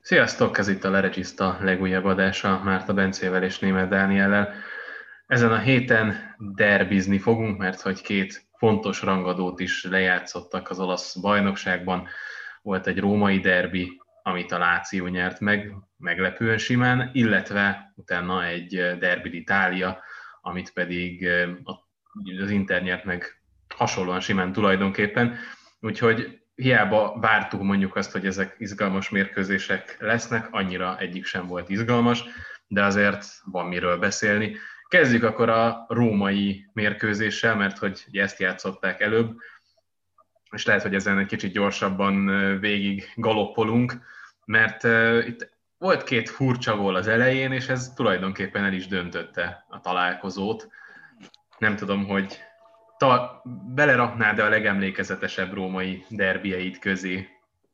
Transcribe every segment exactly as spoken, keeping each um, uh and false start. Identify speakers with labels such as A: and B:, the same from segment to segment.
A: Sziasztok, ez itt a Leregiszta legújabb adása Márta Bencével és Németh Dániellel. Ezen a héten derbizni fogunk, mert hogy két fontos rangadót is lejátszottak az olasz bajnokságban. Volt egy római derbi, amit a Láció nyert meg, meglepően simán, illetve utána egy derbi d'Italia, amit pedig az Inter nyert meg hasonlóan simán tulajdonképpen. Úgyhogy hiába vártuk mondjuk azt, hogy ezek izgalmas mérkőzések lesznek, annyira egyik sem volt izgalmas, de azért van miről beszélni. Kezdjük akkor a római mérkőzéssel, mert hogy ezt játszották előbb, és lehet, hogy ezen egy kicsit gyorsabban végig galoppolunk, mert itt volt két furcsa gól az elején, és ez tulajdonképpen el is döntötte a találkozót. Nem tudom, hogy ta, beleraknád-e a legemlékezetesebb római derbieid közé?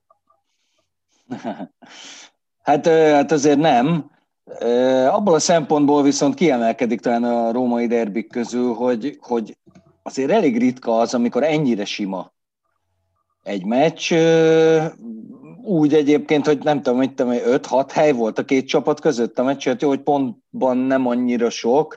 B: Hát, hát azért nem. Abból a szempontból viszont kiemelkedik talán a római derbik közül, hogy, hogy azért elég ritka az, amikor ennyire sima egy meccs. Úgy egyébként, hogy nem tudom, hogy öt-hat hely volt a két csapat között a meccs, hogy pontban nem annyira sok.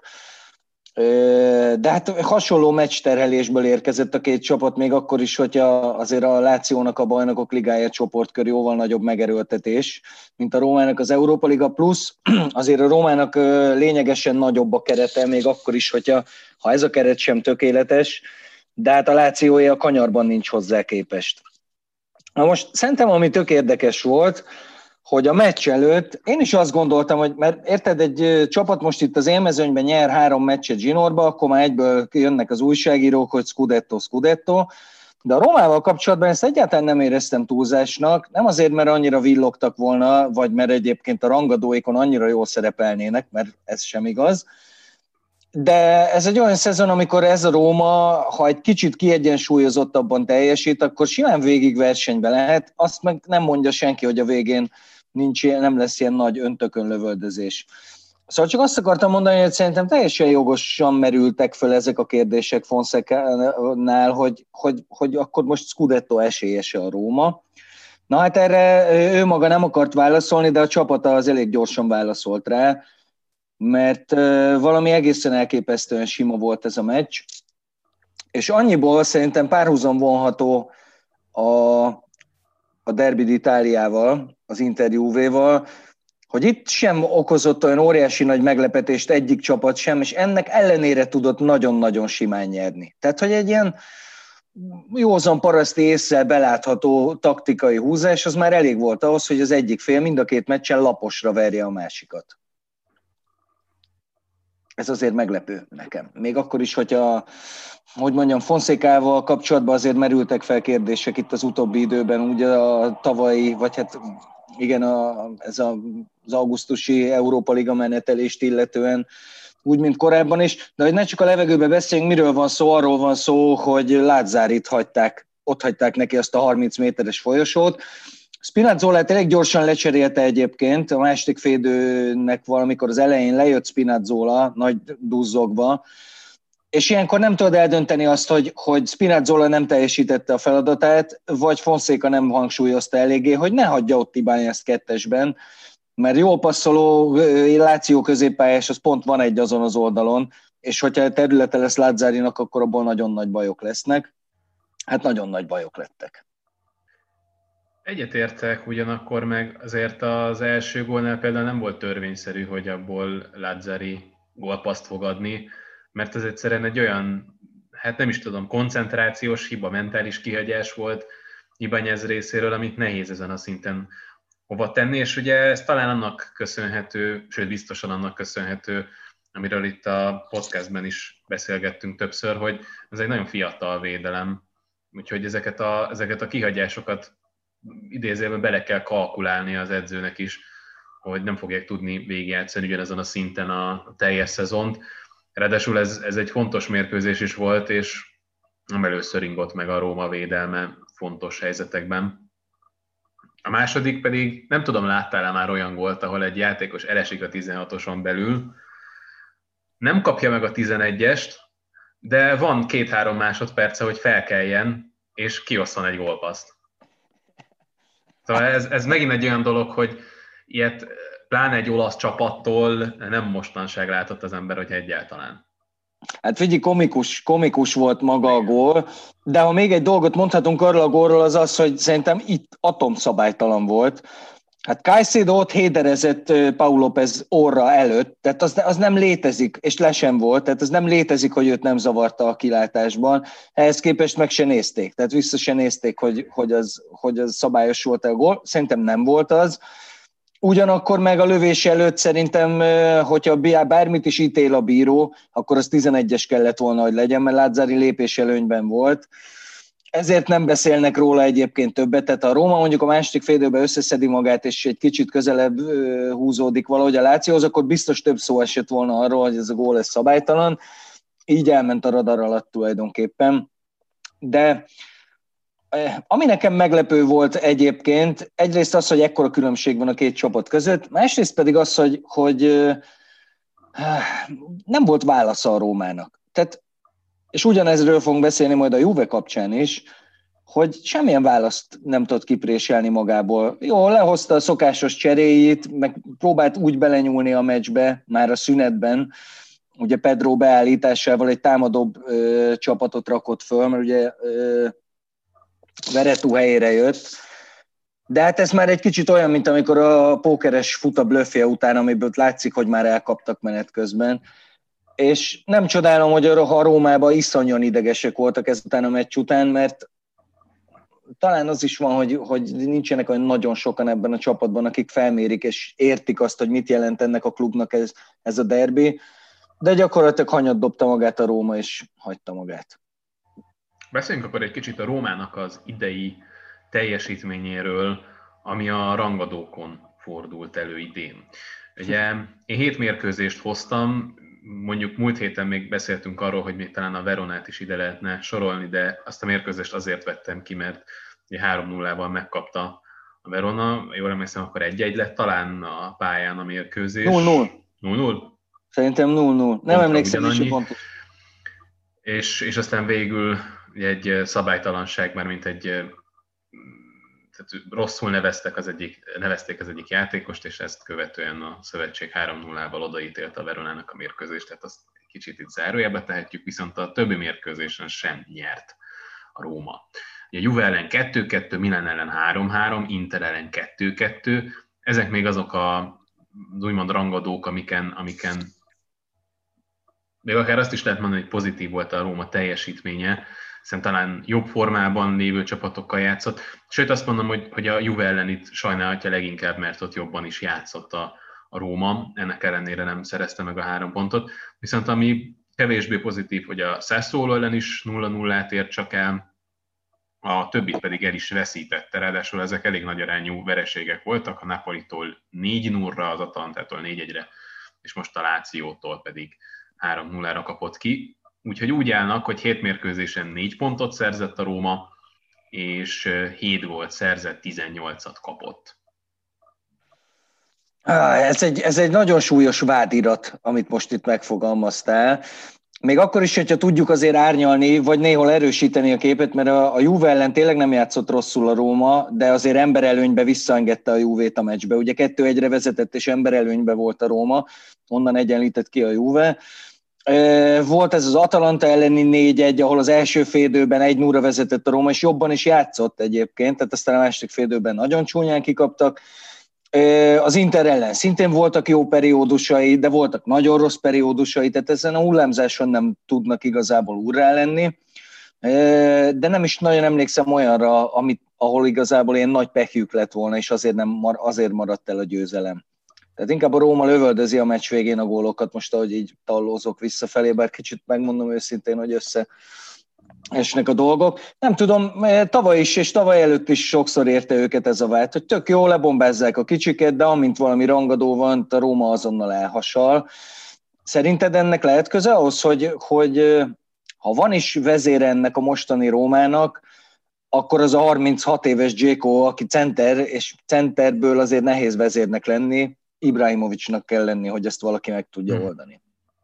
B: De hát hasonló meccsterhelésből érkezett a két csapat, még akkor is, hogyha azért a Lációnak a Bajnokok Ligája csoportkör jóval nagyobb megerőltetés, mint a Rómának az Európa Liga, plusz azért a Rómának lényegesen nagyobb a kerete, még akkor is, hogyha ha ez a keret sem tökéletes, de hát a Lációé a kanyarban nincs hozzá képest. Na most szerintem, ami tök érdekes volt, hogy a meccs előtt én is azt gondoltam, hogy mert érted, egy csapat most itt az élmezőnyben nyer három meccset zsinórba, akkor már egyből jönnek az újságírók, hogy Scudetto, Scudetto, de a Rómával kapcsolatban ezt egyáltalán nem éreztem túlzásnak, nem azért, mert annyira villogtak volna, vagy mert egyébként a rangadóikon annyira jól szerepelnének, mert ez sem igaz, de ez egy olyan szezon, amikor ez a Róma, ha egy kicsit kiegyensúlyozottabban teljesít, akkor simán végig versenybe lehet, azt meg nem mondja senki, hogy a végén nincs, nem lesz ilyen nagy öntökön lövöldözés. Szóval csak azt akartam mondani, hogy szerintem teljesen jogosan merültek föl ezek a kérdések Fonszekánál, hogy, hogy, hogy akkor most Scudetto esélyese a Róma. Na hát erre ő maga nem akart válaszolni, de a csapata az elég gyorsan válaszolt rá, mert valami egészen elképesztően sima volt ez a meccs, és annyiból szerintem párhuzam vonható a, a Derby d'Italiával, az Inter Juvéval, hogy itt sem okozott olyan óriási nagy meglepetést egyik csapat sem, és ennek ellenére tudott nagyon-nagyon simán nyerni. Tehát, hogy egy ilyen józan paraszti ésszel belátható taktikai húzás, az már elég volt ahhoz, hogy az egyik fél mind a két meccsen laposra verje a másikat. Ez azért meglepő nekem. Még akkor is, hogyha, hogy mondjam, Fonszekával kapcsolatban azért merültek fel kérdések itt az utóbbi időben, ugye a tavalyi, vagy hát igen, a, ez a, az augusztusi Európa Liga menetelést illetően, úgy, mint korábban is, de hogy ne csak a levegőbe beszéljünk, miről van szó, arról van szó, hogy Lazzarit hagyták, ott hagyták neki azt a harminc méteres folyosót. Spinazzolát elég gyorsan lecserélte egyébként, a második félidőnek valamikor az elején lejött Spinazzola nagy duzzogva, és ilyenkor nem tudod eldönteni azt, hogy, hogy Spinazzola nem teljesítette a feladatát, vagy Fonseca nem hangsúlyozta eléggé, hogy ne hagyja ott Ibáñezt kettesben, mert jól passzoló Láció középpályás, az pont van egy azon az oldalon, és hogyha területe lesz Lazzarinak, akkor abból nagyon nagy bajok lesznek. Hát nagyon nagy bajok lettek.
A: Egyetértek, ugyanakkor meg azért az első gólnál például nem volt törvényszerű, hogy abból Lazzari gólpaszt fog adni, mert ez egyszerűen egy olyan, hát nem is tudom, koncentrációs hiba, mentális kihagyás volt Ibáñez részéről, amit nehéz ezen a szinten hova tenni, és ugye ez talán annak köszönhető, sőt biztosan annak köszönhető, amiről itt a podcastben is beszélgettünk többször, hogy ez egy nagyon fiatal védelem, úgyhogy ezeket a, ezeket a kihagyásokat idézőjelben bele kell kalkulálni az edzőnek is, hogy nem fogják tudni végigjátszani ugyanezen a szinten a teljes szezont. Ráadásul ez, ez egy fontos mérkőzés is volt, és nem először ingott meg a Róma védelme fontos helyzetekben. A második pedig, nem tudom, láttál-e már olyan gólt, ahol egy játékos elesik a tizenhatoson belül, nem kapja meg a tizenegyest, de van két-három másodperce, hogy felkeljen, és kiosszon egy gólpaszt. Szóval ez, ez megint egy olyan dolog, hogy ilyet pláne egy olasz csapattól nem mostanság látott az ember, hogy egyáltalán.
B: Hát figyelj, komikus, komikus volt maga a gól, de ha még egy dolgot mondhatunk arról a gólról, az az, hogy szerintem itt atomszabálytalan volt. Hát Caicedo ott héderezett Pau López orra előtt, tehát az, az nem létezik, és le sem volt, tehát az nem létezik, hogy őt nem zavarta a kilátásban. Ehhez képest meg se nézték, tehát vissza se nézték, hogy, hogy, az, hogy az szabályos volt a gól. Szerintem nem volt az. Ugyanakkor meg a lövés előtt szerintem, hogyha bármit is ítél a bíró, akkor az tizenegyes kellett volna, hogy legyen, mert Lazzari lépés előnyben volt. Ezért nem beszélnek róla egyébként többet, tehát ha a Róma mondjuk a második fél időben összeszedi magát, és egy kicsit közelebb húzódik valahogy a Lációhoz, akkor biztos több szó esett volna arról, hogy ez a gól lesz szabálytalan. Így elment a radar alatt tulajdonképpen. De ami nekem meglepő volt egyébként, egyrészt az, hogy ekkora különbség van a két csapat között, másrészt pedig az, hogy, hogy nem volt válasza a Rómának. Tehát, és ugyanezről fogunk beszélni majd a Juve kapcsán is, hogy semmilyen választ nem tudott kipréselni magából. Jó, lehozta a szokásos cseréjét, meg próbált úgy belenyúlni a meccsbe, már a szünetben, ugye Pedro beállításával egy támadóbb ö, csapatot rakott föl, mert ugye ö, Veretú helyére jött, de hát ez már egy kicsit olyan, mint amikor a pókeres fut a blöffje után, amiből látszik, hogy már elkaptak menet közben. És nem csodálom, hogy a Rómában iszonyan idegesek voltak ezután a meccs után, mert talán az is van, hogy, hogy nincsenek olyan nagyon sokan ebben a csapatban, akik felmérik és értik azt, hogy mit jelent ennek a klubnak ez, ez a derbi, de gyakorlatilag hanyat dobta magát a Róma, és hagyta magát.
A: Beszéljünk akkor egy kicsit a Rómának az idei teljesítményéről, ami a rangadókon fordult elő idén. Ugye én hét mérkőzést hoztam, mondjuk múlt héten még beszéltünk arról, hogy még talán a Veronát is ide lehetne sorolni, de azt a mérkőzést azért vettem ki, mert három nullával megkapta a Verona, jól emlékszem, akkor egy-egy lett talán a pályán a mérkőzés.
B: null null.
A: null null?
B: Szerintem null null. Nem emlékszem is pontos.
A: És, és aztán végül egy szabálytalanság, már mint egy tehát rosszul neveztek az egyik, nevezték az egyik játékost, és ezt követően a szövetség három nullával odaítélte a Veronának a mérkőzést, tehát azt egy kicsit itt zárójelbe tehetjük, viszont a többi mérkőzésen sem nyert a Róma. Ugye Juve ellen kettő kettő, Milan ellen három három, Inter ellen kettő kettő, ezek még azok a, az úgymond rangadók, amiken, amiken még akár azt is lehet mondani, hogy pozitív volt a Róma teljesítménye, hiszen talán jobb formában lévő csapatokkal játszott. Sőt, azt mondom, hogy, hogy a Juve ellen itt sajnálhatja leginkább, mert ott jobban is játszott a, a Róma, ennek ellenére nem szerezte meg a három pontot. Viszont ami kevésbé pozitív, hogy a Sassuolo ellen is nulla nullát ért csak el, a többit pedig el is veszítette, ráadásul ezek elég nagy arányú vereségek voltak, a Napolitól négy nullra, az Atalantától négy egyre, és most a Lációtól pedig három nullára kapott ki. Úgyhogy úgy állnak, hogy hét mérkőzésen négy pontot szerzett a Róma, és hét gólt szerzett, tizennyolcat kapott.
B: Ez egy, ez egy nagyon súlyos vádirat, amit most itt megfogalmaztál. Még akkor is, hogyha tudjuk azért árnyalni, vagy néhol erősíteni a képet, mert a, a Juve ellen tényleg nem játszott rosszul a Róma, de azért emberelőnybe visszaengedte a Juvét a meccsbe. Ugye kettő egyre vezetett, és emberelőnybe volt a Róma, onnan egyenlített ki a Juve. Volt ez az Atalanta elleni négy egy, ahol az első félidőben egy nullra vezetett a Róma, és jobban is játszott egyébként, tehát aztán a második félidőben nagyon csúnyán kikaptak. Az Inter ellen szintén voltak jó periódusai, de voltak nagyon rossz periódusai, tehát ezen a hullámzáson nem tudnak igazából úrrá lenni. De nem is nagyon emlékszem olyanra, amit, ahol igazából ilyen nagy pehjük lett volna, és azért, nem, azért maradt el a győzelem. Tehát inkább a Róma lövöldözi a meccs végén a gólokat, most ahogy így tallózok visszafelé, bár kicsit megmondom őszintén, hogy összeesnek a dolgok. Nem tudom, tavaly is és tavaly előtt is sokszor érte őket ez a vált, hogy tök jó, lebombázzák a kicsiket, de amint valami rangadó van, a Róma azonnal elhasal. Szerinted ennek lehet köze ahhoz, hogy, hogy ha van is vezére ennek a mostani Rómának, akkor az a harminchat éves Dzeko, aki center, és centerből azért nehéz vezérnek lenni, Ibrahimovicsnak kell lenni, hogy ezt valaki meg tudja oldani.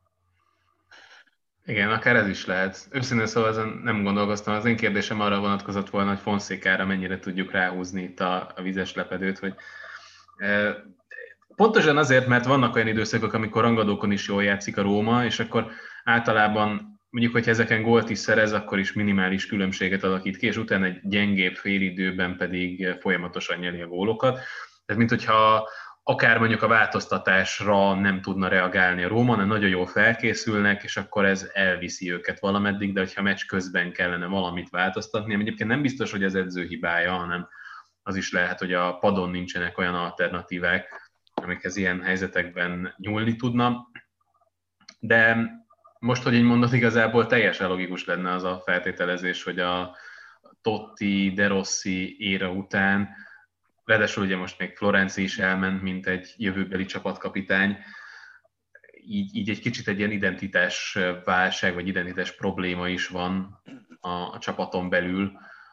A: Igen, akár ez is lehet. Őszintén szóval ezen nem gondolkoztam. Az én kérdésem arra vonatkozott volna, hogy Fonszékára mennyire tudjuk ráhúzni itt a, a vizes lepedőt, hogy e, Pontosan azért, mert vannak olyan időszakok, amikor rangadókon is jól játszik a Róma, és akkor általában mondjuk, hogyha ezeken gólt is szerez, akkor is minimális különbséget alakít ki, és utána egy gyengébb félidőben pedig folyamatosan nyeri a gólokat. Tehát, mint hogyha akár mondjuk a változtatásra nem tudna reagálni a Róma, hanem nagyon jól felkészülnek, és akkor ez elviszi őket valameddig, de hogyha a meccs közben kellene valamit változtatni, egyébként nem biztos, hogy ez edző hibája, hanem az is lehet, hogy a padon nincsenek olyan alternatívák, amikhez ilyen helyzetekben nyúlni tudna. De most, hogy így mondod, igazából teljesen logikus lenne az a feltételezés, hogy a Totti, De Rossi éra után, ráadásul ugye most még Florenzi is elment, mint egy jövőbeli csapatkapitány, így, így egy kicsit egy ilyen identitás válság, vagy identitás probléma is van a, a csapaton belül,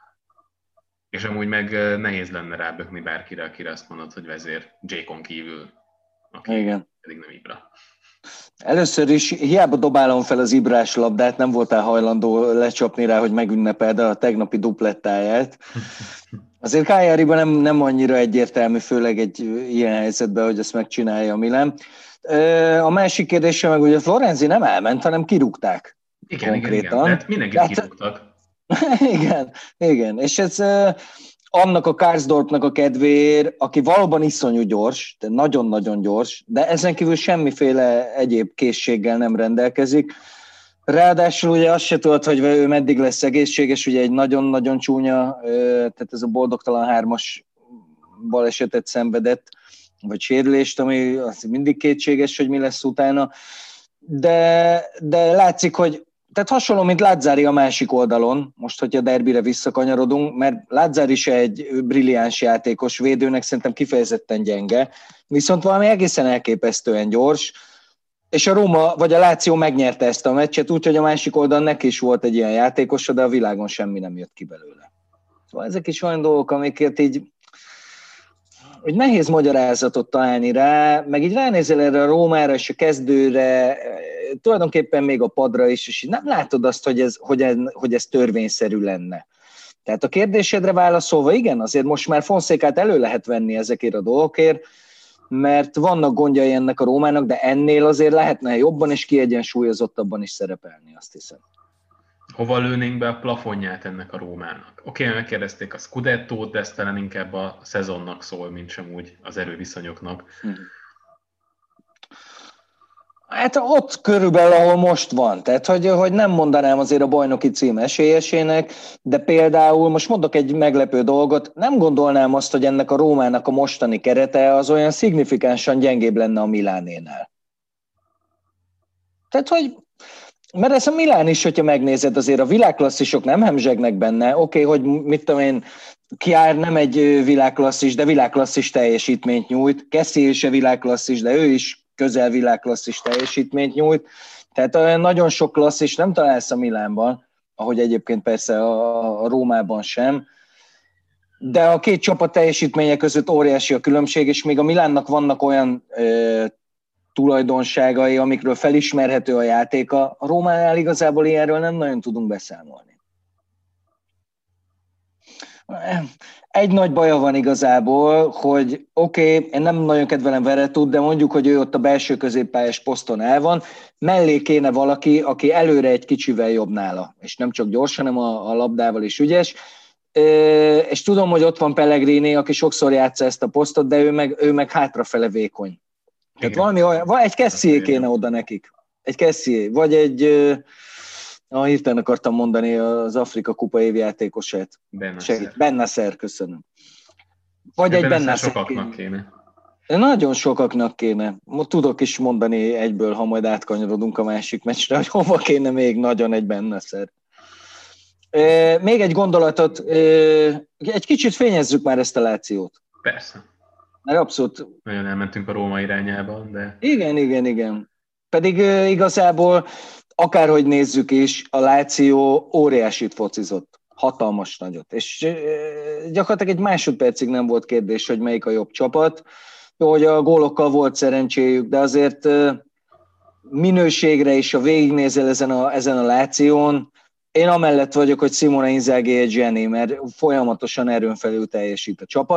A: és amúgy meg nehéz lenne rábökni bárkire, akire azt mondod, hogy vezér, Jake-on kívül, aki Igen. pedig nem Ibra.
B: Először is hiába dobálom fel az Ibrás labdát, nem voltál hajlandó lecsapni rá, hogy megünnepeld a tegnapi duplettáját. Azért Cagliariban nem, nem annyira egyértelmű, főleg egy ilyen helyzetben, hogy ezt megcsinálja a Milan. A másik kérdése meg, hogy a Florenzi nem elment, hanem kirúgták.
A: Igen, konkrétan. igen, igen. Tehát mindenkit Tehát... kirúgtak.
B: igen, igen. És ez annak a Karsdorpnak a kedvéért, aki valóban iszonyú gyors, de nagyon-nagyon gyors, de ezen kívül semmiféle egyéb készséggel nem rendelkezik. Ráadásul ugye azt se tudod, hogy ő meddig lesz egészséges, ugye egy nagyon-nagyon csúnya, tehát ez a boldogtalan hármas balesetet szenvedett, vagy sérülést, ami az mindig kétséges, hogy mi lesz utána. De, de látszik, hogy tehát hasonló, mint Lazzari a másik oldalon, most, hogyha a derbire visszakanyarodunk, mert Lazzari se egy brilliáns játékos, védőnek szerintem kifejezetten gyenge, viszont valami egészen elképesztően gyors, és a Róma, vagy a Láció megnyerte ezt a meccset, úgyhogy a másik oldalon neki is volt egy ilyen játékosa, de a világon semmi nem jött ki belőle. Szóval ezek is olyan dolgok, amiket így hogy nehéz magyarázatot találni rá, meg így ránézel erre a Rómára és a kezdőre, tulajdonképpen még a padra is, és nem látod azt, hogy ez, hogy ez, hogy ez törvényszerű lenne. Tehát a kérdésedre válaszolva, igen, azért most már Fonszékát elő lehet venni ezekért a dolgokért, mert vannak gondjai ennek a Rómának, de ennél azért lehetne jobban és kiegyensúlyozottabban is szerepelni, azt hiszem.
A: Hova lőnénk be a plafonját ennek a Rómának? Oké, okay, megkérdezték a Scudettót, de ez talán inkább a szezonnak szól, mint sem úgy az erőviszonyoknak. Hmm.
B: Hát ott körülbelül, ahol most van. Tehát, hogy, hogy nem mondanám azért a bajnoki cím esélyesének, de például, most mondok egy meglepő dolgot, nem gondolnám azt, hogy ennek a Rómának a mostani kerete az olyan szignifikánsan gyengébb lenne a Milánénál. Tehát, hogy mert ez a Milán is, hogyha megnézed, azért a világklasszisok nem hemzsegnek benne. Oké, okay, hogy mit tudom én, Kjár nem egy világklasszis, de világklasszis teljesítményt nyújt. Kessie se világklasszis, de ő is közel világklasszis teljesítményt nyújt. Tehát olyan nagyon sok klasszis nem találsz a Milánban, ahogy egyébként persze a, a Rómában sem. De a két csapat teljesítménye között óriási a különbség, és még a Milánnak vannak olyan ö, tulajdonságai, amikről felismerhető a játéka. A Rómánál igazából ilyenről nem nagyon tudunk beszámolni. Egy nagy baja van igazából, hogy oké, okay, én nem nagyon kedvelem Veretút, de mondjuk, hogy ő ott a belső középpályás poszton el van, mellé kéne valaki, aki előre egy kicsivel jobb nála, és nem csak gyors, hanem a, a labdával is ügyes. És tudom, hogy ott van Pellegrini, aki sokszor játsza ezt a posztot, de ő meg, ő meg hátrafele vékony. Tehát valami olyan, vagy egy Kessie kéne oda nekik. Egy Kessie, vagy egy, ah, hirtelen akartam mondani az Afrika Kupa évjátékosát. Bennacer, köszönöm. Vagy egy Bennacer
A: sokaknak kéne.
B: kéne. Nagyon sokaknak kéne. Tudok is mondani egyből, ha majd átkanyarodunk a másik meccsre, hogy hova kéne még nagyon egy Bennacer. Még egy gondolatot, egy kicsit fényezzük már ezt a Lációt.
A: Persze.
B: Mert abszolút...
A: Nagyon elmentünk a Róma irányába, de...
B: Igen, igen, igen. Pedig igazából, akárhogy nézzük is, a Láció óriásit focizott. Hatalmas nagyot. És gyakorlatilag egy másodpercig nem volt kérdés, hogy melyik a jobb csapat. Jó, hogy a gólokkal volt szerencséjük, de azért minőségre is, ha végignézel ezen a, ezen a Láción, én amellett vagyok, hogy Simone Inzaghi egy zseni, mert folyamatosan erőn felül teljesít a csapat.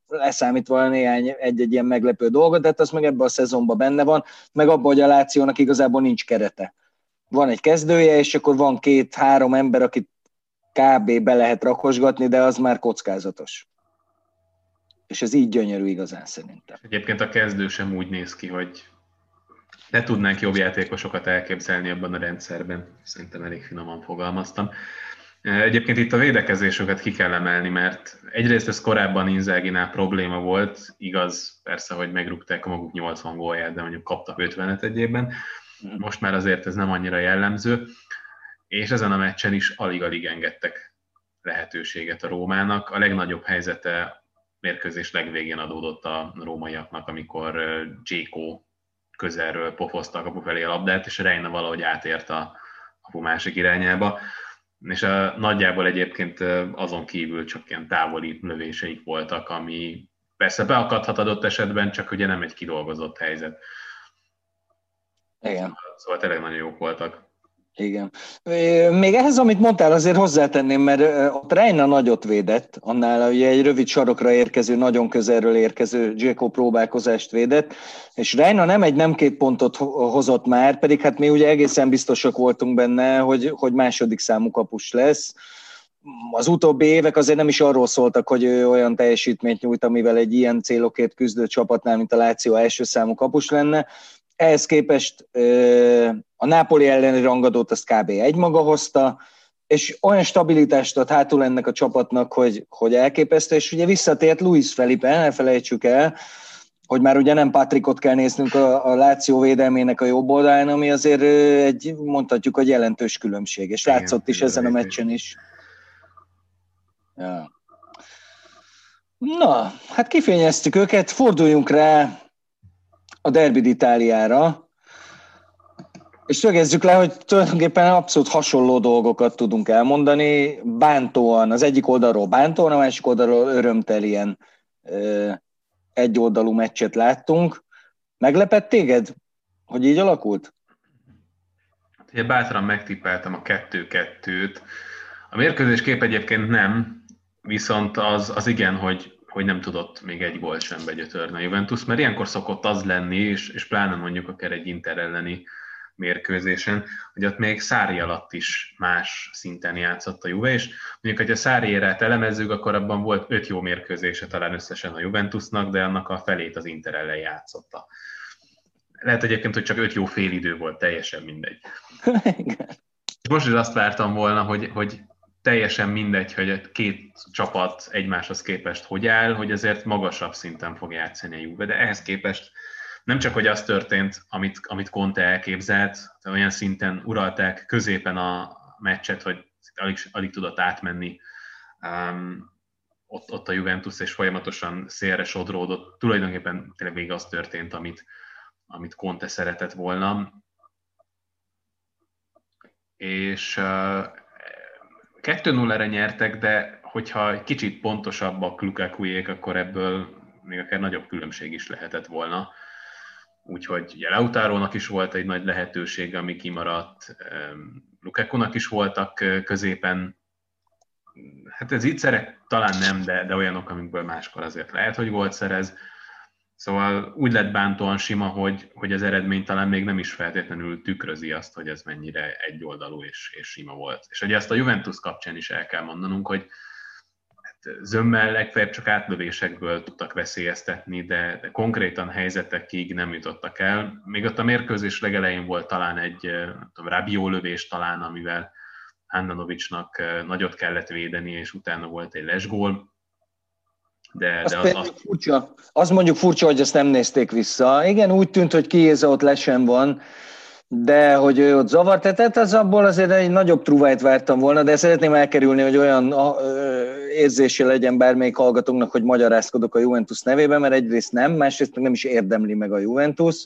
B: leszámítva néhány egy-egy ilyen meglepő dolgot, de hát az meg ebben a szezonban benne van, meg abban, hogy a Lációnak igazából nincs kerete. Van egy kezdője, és akkor van két-három ember, akit kb. Be lehet rakosgatni, de az már kockázatos. És ez így gyönyörű igazán szerintem.
A: Egyébként a kezdő sem úgy néz ki, hogy ne tudnánk jobb játékosokat elképzelni abban a rendszerben. Szerintem elég finoman fogalmaztam. Egyébként itt a védekezésüket ki kell emelni, mert egyrészt ez korábban Inzaghinál probléma volt, igaz persze, hogy megrúgták a maguk nyolcvan gólját, de mondjuk kaptak ötvenet egy évben. Most már azért ez nem annyira jellemző, és ezen a meccsen is alig-alig engedtek lehetőséget a Rómának. A legnagyobb helyzete mérkőzés legvégén adódott a rómaiaknak, amikor Dzeko közelről pofozta a kapu felé a labdát, és Reina valahogy átért a kapu másik irányába. És a, nagyjából egyébként azon kívül csak ilyen távoli lövéseik voltak, ami persze beakadhat adott esetben, csak ugye nem egy kidolgozott helyzet.
B: Igen.
A: Szóval tényleg nagyon jók voltak.
B: Igen. Még ehhez, amit mondtál, azért hozzátenném, mert ott Reina nagyot védett, annál ugye egy rövid sarokra érkező, nagyon közelről érkező Dzeko próbálkozást védett, és Reina nem egy, nem két pontot hozott már, pedig hát mi ugye egészen biztosak voltunk benne, hogy, hogy második számú kapus lesz. Az utóbbi évek azért nem is arról szóltak, hogy ő olyan teljesítményt nyújt, amivel egy ilyen célokért küzdő csapatnál, mint a Láció első számú kapus lenne. Ehhez képest a Napoli elleni rangadót azt kb. Egymaga hozta, és olyan stabilitást ad hátul ennek a csapatnak, hogy, hogy elképesztő, és ugye visszatért Luis Felipe, ne felejtsük el, hogy már ugye nem Patrickot kell néznünk a, a Láció védelmének a jobb oldalán, ami azért egy, mondhatjuk, hogy jelentős különbség, és látszott is ezen a meccsen is. Ja. Na, hát kifényeztük őket, forduljunk rá a Derby d'Italiára, és szögezzük le, hogy tulajdonképpen abszolút hasonló dolgokat tudunk elmondani, bántóan, az egyik oldalról bántóan, a másik oldalról örömtelien egyoldalú meccset láttunk. Meglepett téged, hogy így alakult?
A: Ugye bátran megtippeltem a kettő-kettőt. A mérkőzés kép egyébként nem, viszont az, az igen, hogy hogy nem tudott még egy gólt sem begyötörni a Juventus, mert ilyenkor szokott az lenni, és, és pláne mondjuk akár egy Inter elleni mérkőzésen, hogy ott még Sarri alatt is más szinten játszott a Juve, és mondjuk, hogy a Sarri érát elemezzük, akkor abban volt öt jó mérkőzése talán összesen a Juventusnak, de annak a felét az Inter ellen játszotta. Lehet egyébként, hogy csak öt jó félidő volt, teljesen mindegy. Most is azt vártam volna, hogy, hogy teljesen mindegy, hogy két csapat egymáshoz képest hogy áll, hogy azért magasabb szinten fog játszani a Juve, de ehhez képest nem csak, hogy az történt, amit, amit Conte elképzelt, olyan szinten uralták középen a meccset, hogy alig, alig tudott átmenni um, ott, ott a Juventus, és folyamatosan szélre sodródott. Tulajdonképpen tényleg végig az történt, amit, amit Conte szeretett volna. És uh, kettő nullára nyertek, de hogyha egy kicsit pontosabbak Lukakuék, akkor ebből még akár nagyobb különbség is lehetett volna. Úgyhogy ugye Lautarónak is volt egy nagy lehetőség, ami kimaradt, Lukakunak is voltak középen, hát ez ígyszerek talán nem, de, de olyanok, amikből máskor azért lehet, hogy gólt szerez. Szóval úgy lett bántóan sima, hogy, hogy az eredmény talán még nem is feltétlenül tükrözi azt, hogy ez mennyire egyoldalú és, és sima volt. És ugye ezt a Juventus kapcsán is el kell mondanunk, hogy hát zömmel legfeljebb csak átlövésekből tudtak veszélyeztetni, de, de konkrétan helyzetekig nem jutottak el. Még ott a mérkőzés legelején volt talán egy Rabiot lövés talán, amivel Handanovicsnak nagyot kellett védeni, és utána volt egy lesgól. De,
B: az,
A: de az, az...
B: Furcsa. az mondjuk furcsa, hogy ezt nem nézték vissza. Igen, úgy tűnt, hogy Chiesa ott lesen van, de hogy ő ott zavart, tehát az abból azért egy nagyobb truvájt vártam volna, de szeretném elkerülni, hogy olyan érzése legyen bármelyik hallgatónknak, hogy magyarázkodok a Juventus nevében, mert egyrészt nem, másrészt meg nem is érdemli meg a Juventus.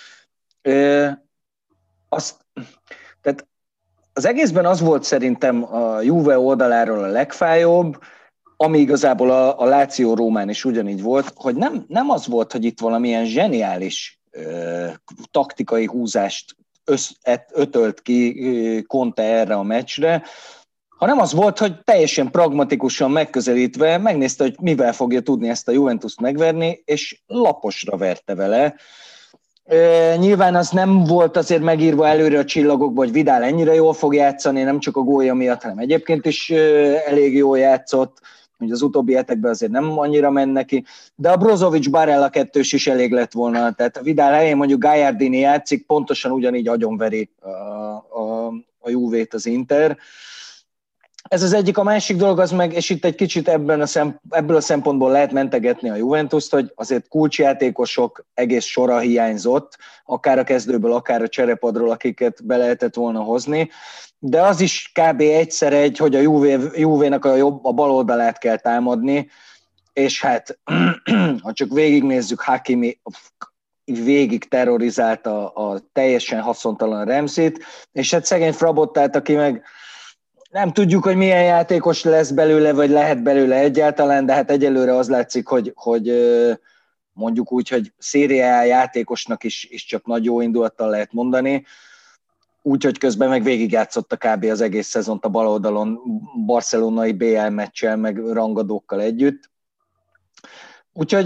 B: Azt, tehát az egészben az volt szerintem a Juve oldaláról a legfájóbb, ami igazából a, a Láció Rómán is ugyanígy volt, hogy nem, nem az volt, hogy itt valamilyen zseniális ö, taktikai húzást össz, ötölt ki Conte erre a meccsre, hanem az volt, hogy teljesen pragmatikusan megközelítve megnézte, hogy mivel fogja tudni ezt a Juventust megverni, és laposra verte vele. E, nyilván az nem volt azért megírva előre a csillagokba, hogy Vidal ennyire jól fog játszani, nem csak a gólja miatt, hanem egyébként is e, elég jól játszott, hogy az utóbbi hetekben azért nem annyira ment neki, de a Brozovic-Barella kettős is elég lett volna, tehát a Vidal helyén mondjuk Gagliardini játszik, pontosan ugyanígy agyonveri a, a, a Juvét az Inter. Ez az egyik, a másik dolog az meg, és itt egy kicsit ebben a szem, ebből a szempontból lehet mentegetni a Juventust, hogy azért kulcsjátékosok egész sora hiányzott, akár a kezdőből, akár a cserepadról, akiket be lehetett volna hozni, de az is kb. Egyszer egy, hogy a Juve, Juvénak a, jobb, a bal oldalát kell támadni, és hát, ha csak végignézzük, Hakimi végig terrorizálta a, a teljesen haszontalan Ramseyt, és hát szegény Frabottát, aki meg nem tudjuk, hogy milyen játékos lesz belőle, vagy lehet belőle egyáltalán, de hát egyelőre az látszik, hogy, hogy mondjuk úgy, hogy Serie A játékosnak is, is csak nagy jó indulattal lehet mondani, úgyhogy közben meg végigjátszott a kb. Az egész szezont a bal oldalon barcelonai bé el meccsel, meg rangadókkal együtt. Úgyhogy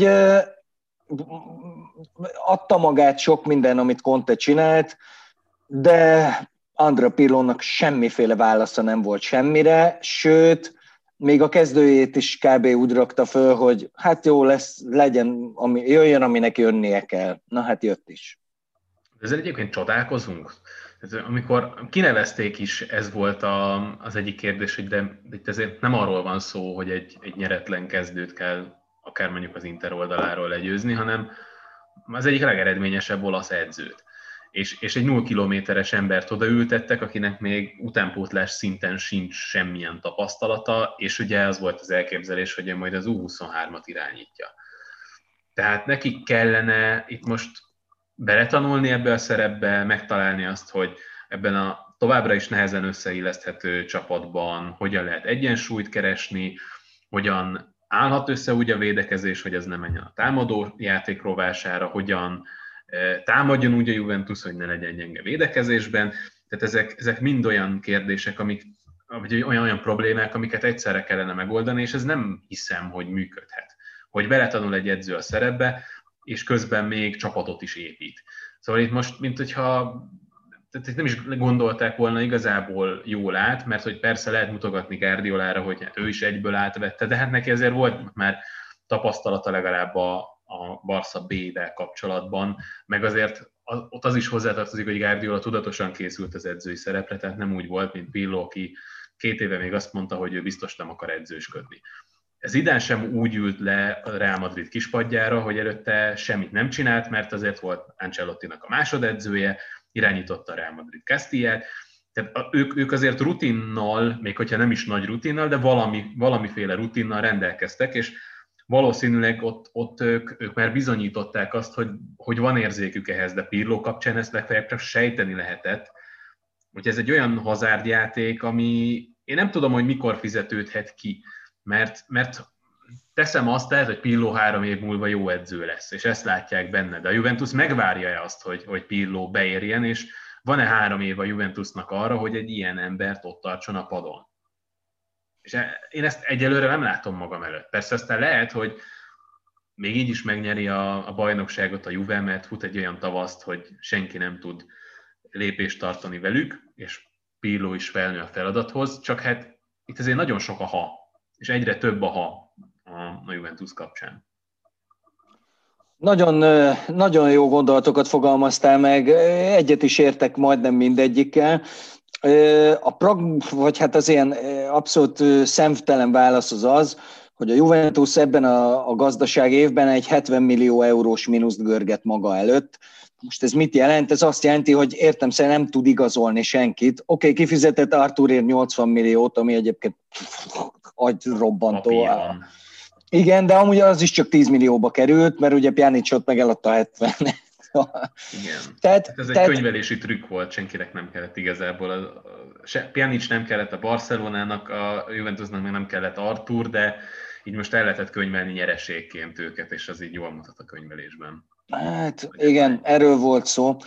B: adta magát sok minden, amit Conte csinált, de Andrea Pirlónak semmiféle válasza nem volt semmire, sőt, még a kezdőjét is kb. Úgy rakta föl, hogy hát jó lesz, legyen, ami, jöjjön, aminek jönnie kell. Na hát jött is.
A: Ezzel egyébként csodálkozunk. Amikor kinevezték is, ez volt a, az egyik kérdés, hogy de itt ezért nem arról van szó, hogy egy, egy nyeretlen kezdőt kell akár mondjuk az Inter oldaláról legyőzni, hanem az egyik legeredményesebb olasz edzőt. És, és egy nulla kilométeres embert odaültettek, akinek még utánpótlás szinten sincs semmilyen tapasztalata, és ugye az volt az elképzelés, hogy majd az U huszonhármat irányítja. Tehát nekik kellene itt most beletanulni ebbe a szerepbe, megtalálni azt, hogy ebben a továbbra is nehezen összeilleszthető csapatban hogyan lehet egyensúlyt keresni, hogyan állhat össze úgy a védekezés, hogy ez ne menjen a támadó játék rovására, hogyan támadjon úgy a Juventus, hogy ne legyen gyenge védekezésben. Tehát ezek, ezek mind olyan kérdések, amik, vagy olyan, olyan problémák, amiket egyszerre kellene megoldani, és ez nem hiszem, hogy működhet. Hogy beletanul egy edző a szerepbe, és közben még csapatot is épít. Szóval itt most, mint hogyha tehát itt nem is gondolták volna igazából jól át, mert hogy persze lehet mutogatni Guardiolára, hogy hát ő is egyből átvette, de hát neki azért volt már tapasztalata legalább a, a Barca B-vel kapcsolatban, meg azért az, ott az is hozzátartozik, hogy Guardiola tudatosan készült az edzői szerepre, tehát nem úgy volt, mint Pirlo, aki két éve még azt mondta, hogy ő biztos nem akar edzősködni. Ez idén sem úgy ült le a Real Madrid kispadjára, hogy előtte semmit nem csinált, mert azért volt Ancelottinak a másodedzője, irányította a Real Madrid Castillát, tehát ők, ők azért rutinnal, még hogyha nem is nagy rutinnal, de valami, valamiféle rutinnal rendelkeztek, és valószínűleg ott, ott ők, ők már bizonyították azt, hogy, hogy van érzékük ehhez, de Pirlo kapcsán ezt legfeljebb csak sejteni lehetett, hogy ez egy olyan hazárdjáték, ami én nem tudom, hogy mikor fizetődhet ki, mert, mert teszem azt, lehet, hogy Pirlo három év múlva jó edző lesz, és ezt látják benne, de a Juventus megvárja-e azt, hogy, hogy Pirlo beérjen, és van-e három év a Juventusnak arra, hogy egy ilyen embert ott tartson a padon? És én ezt egyelőre nem látom magam előtt. Persze aztán lehet, hogy még így is megnyeri a, a bajnokságot a Juve, mert fut egy olyan tavaszt, hogy senki nem tud lépést tartani velük, és Pirlo is felnő a feladathoz, csak hát itt azért nagyon sok a ha, és egyre több a ha a Juventus kapcsán.
B: Nagyon, nagyon jó gondolatokat fogalmaztál meg, egyet is értek majdnem mindegyikkel. A prag, vagy hát az ilyen abszolút szemtelen válasz az az, hogy a Juventus ebben a, a gazdaság évben egy hetven millió eurós mínuszt görget maga előtt. Most ez mit jelent? Ez azt jelenti, hogy értem szerint nem tud igazolni senkit. Oké, okay, kifizetett Arthurért nyolcvan milliót, ami egyébként agyrobbantó.
A: Papíron.
B: Igen, de amúgy az is csak tíz millióba került, mert ugye Pjanicsot meg eladta hetven.
A: Igen. Tehát, hát ez tehát... egy könyvelési trükk volt, senkinek nem kellett igazából. A, a, Pjanic nem kellett a Barcelonának, a Juventusnak meg nem kellett Arthur, de így most el lehetett könyvelni nyereségként őket, és az így jól mutat a könyvelésben.
B: Hát igen, erről volt szó.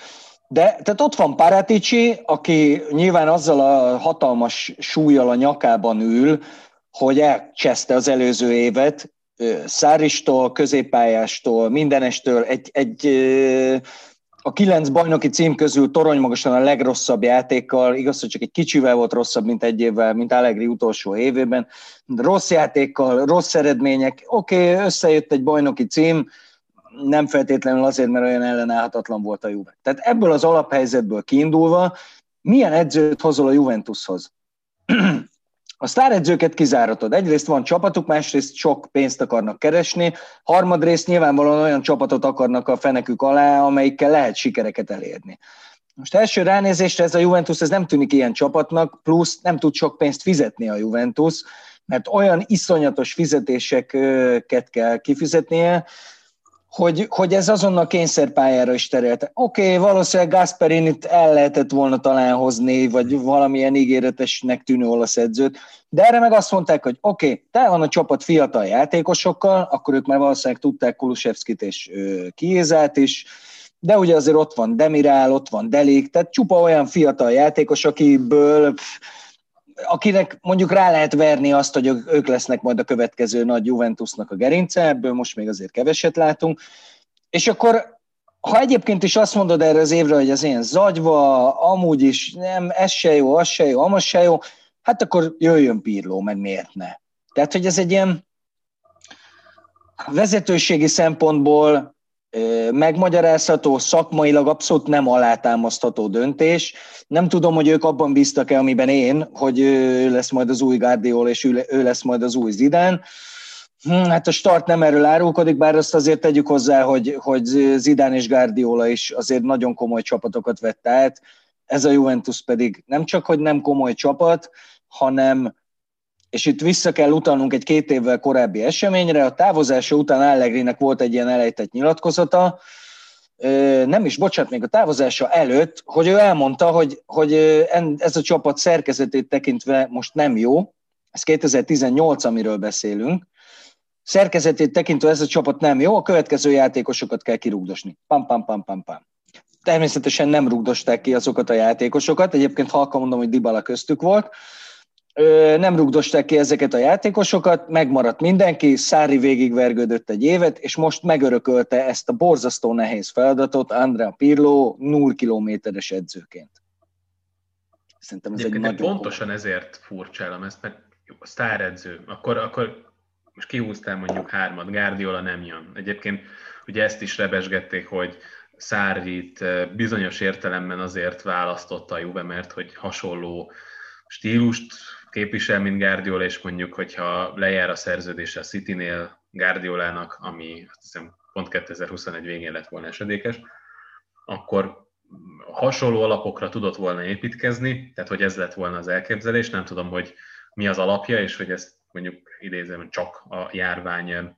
B: De tehát ott van Paratici, aki nyilván azzal a hatalmas súlyjal a nyakában ül, hogy elcseszte az előző évet, Sarristól, középpályástól, mindenestől, egy, egy, a kilenc bajnoki cím közül toronymagasan a legrosszabb játékkal, igaz, hogy csak egy kicsivel volt rosszabb, mint egy évvel, mint Allegri utolsó évében, rossz játékkal, rossz eredmények, oké, okay, összejött egy bajnoki cím, nem feltétlenül azért, mert olyan ellenállhatatlan volt a Juve. Tehát ebből az alaphelyzetből kiindulva, milyen edzőt hozol a Juventushoz? A sztáredzőket kizáratod. Egyrészt van csapatuk, másrészt sok pénzt akarnak keresni, harmadrészt nyilvánvalóan olyan csapatot akarnak a fenekük alá, amelyikkel lehet sikereket elérni. Most első ránézésre ez a Juventus ez nem tűnik ilyen csapatnak, plusz nem tud sok pénzt fizetni a Juventus, mert olyan iszonyatos fizetéseket kell kifizetnie, Hogy, hogy ez azonnal kényszerpályára is terelte. Oké, okay, valószínűleg Gasperinit el lehetett volna talán hozni, vagy valamilyen ígéretesnek tűnő olasz edzőt, de erre meg azt mondták, hogy oké, okay, tele van a csapat fiatal játékosokkal, akkor ők már valószínűleg tudták Kulusevskit és Chiesát is, de ugye azért ott van Demiral, ott van Delik, tehát csupa olyan fiatal játékos, akiből... Pff, akinek mondjuk rá lehet verni azt, hogy ők lesznek majd a következő nagy Juventusnak a gerince, ebből most még azért keveset látunk. És akkor, ha egyébként is azt mondod erre az évre, hogy az ilyen zagyva, amúgy is nem, ez se jó, az se jó, amaz se jó, hát akkor jöjjön Pirlo, meg miért ne. Tehát, hogy ez egy ilyen vezetőségi szempontból megmagyarázható, szakmailag abszolút nem alátámasztható döntés. Nem tudom, hogy ők abban bíztak-e, amiben én, hogy ő lesz majd az új Guardiola, és ő lesz majd az új Zidane. Hát a start nem erről árulkodik, bár azt azért tegyük hozzá, hogy, hogy Zidane és Guardiola is azért nagyon komoly csapatokat vett át. Ez a Juventus pedig nem csak, hogy nem komoly csapat, hanem, és itt vissza kell utalnunk egy két évvel korábbi eseményre, a távozása után Allegrinek volt egy ilyen elejtett nyilatkozata, nem is, bocsánat, még a távozása előtt, hogy ő elmondta, hogy, hogy ez a csapat szerkezetét tekintve most nem jó, ez kétezer-tizennyolc, amiről beszélünk, szerkezetét tekintve ez a csapat nem jó, a következő játékosokat kell kirúgdosni. Pam, pam, pam, pam, pam. Természetesen nem rúgdosták ki azokat a játékosokat, egyébként halkan mondom, hogy Dybala köztük volt, nem rúgdosták ki ezeket a játékosokat, megmaradt mindenki, Sarri végigvergődött egy évet, és most megörökölte ezt a borzasztó nehéz feladatot Andrea Pirlo nulla kilométeres edzőként.
A: Szerintem ez egy nagyon pontosan komoly. Ezért furcsálom ezt, mert jó, a sztáredző, akkor, akkor most kihúztál mondjuk hármat, Guardiola nem jön. Egyébként ugye ezt is rebesgették, hogy Sarrit bizonyos értelemben azért választotta a Juve, mert hogy hasonló stílust képvisel, mint Guardiola, és mondjuk, hogyha lejár a szerződése a Citynél Guardiolának, ami azt hiszem pont kétezer-huszonegy végén lett volna esedékes, akkor hasonló alapokra tudott volna építkezni, tehát hogy ez lett volna az elképzelés, nem tudom, hogy mi az alapja, és hogy ezt mondjuk idézem, csak a járvány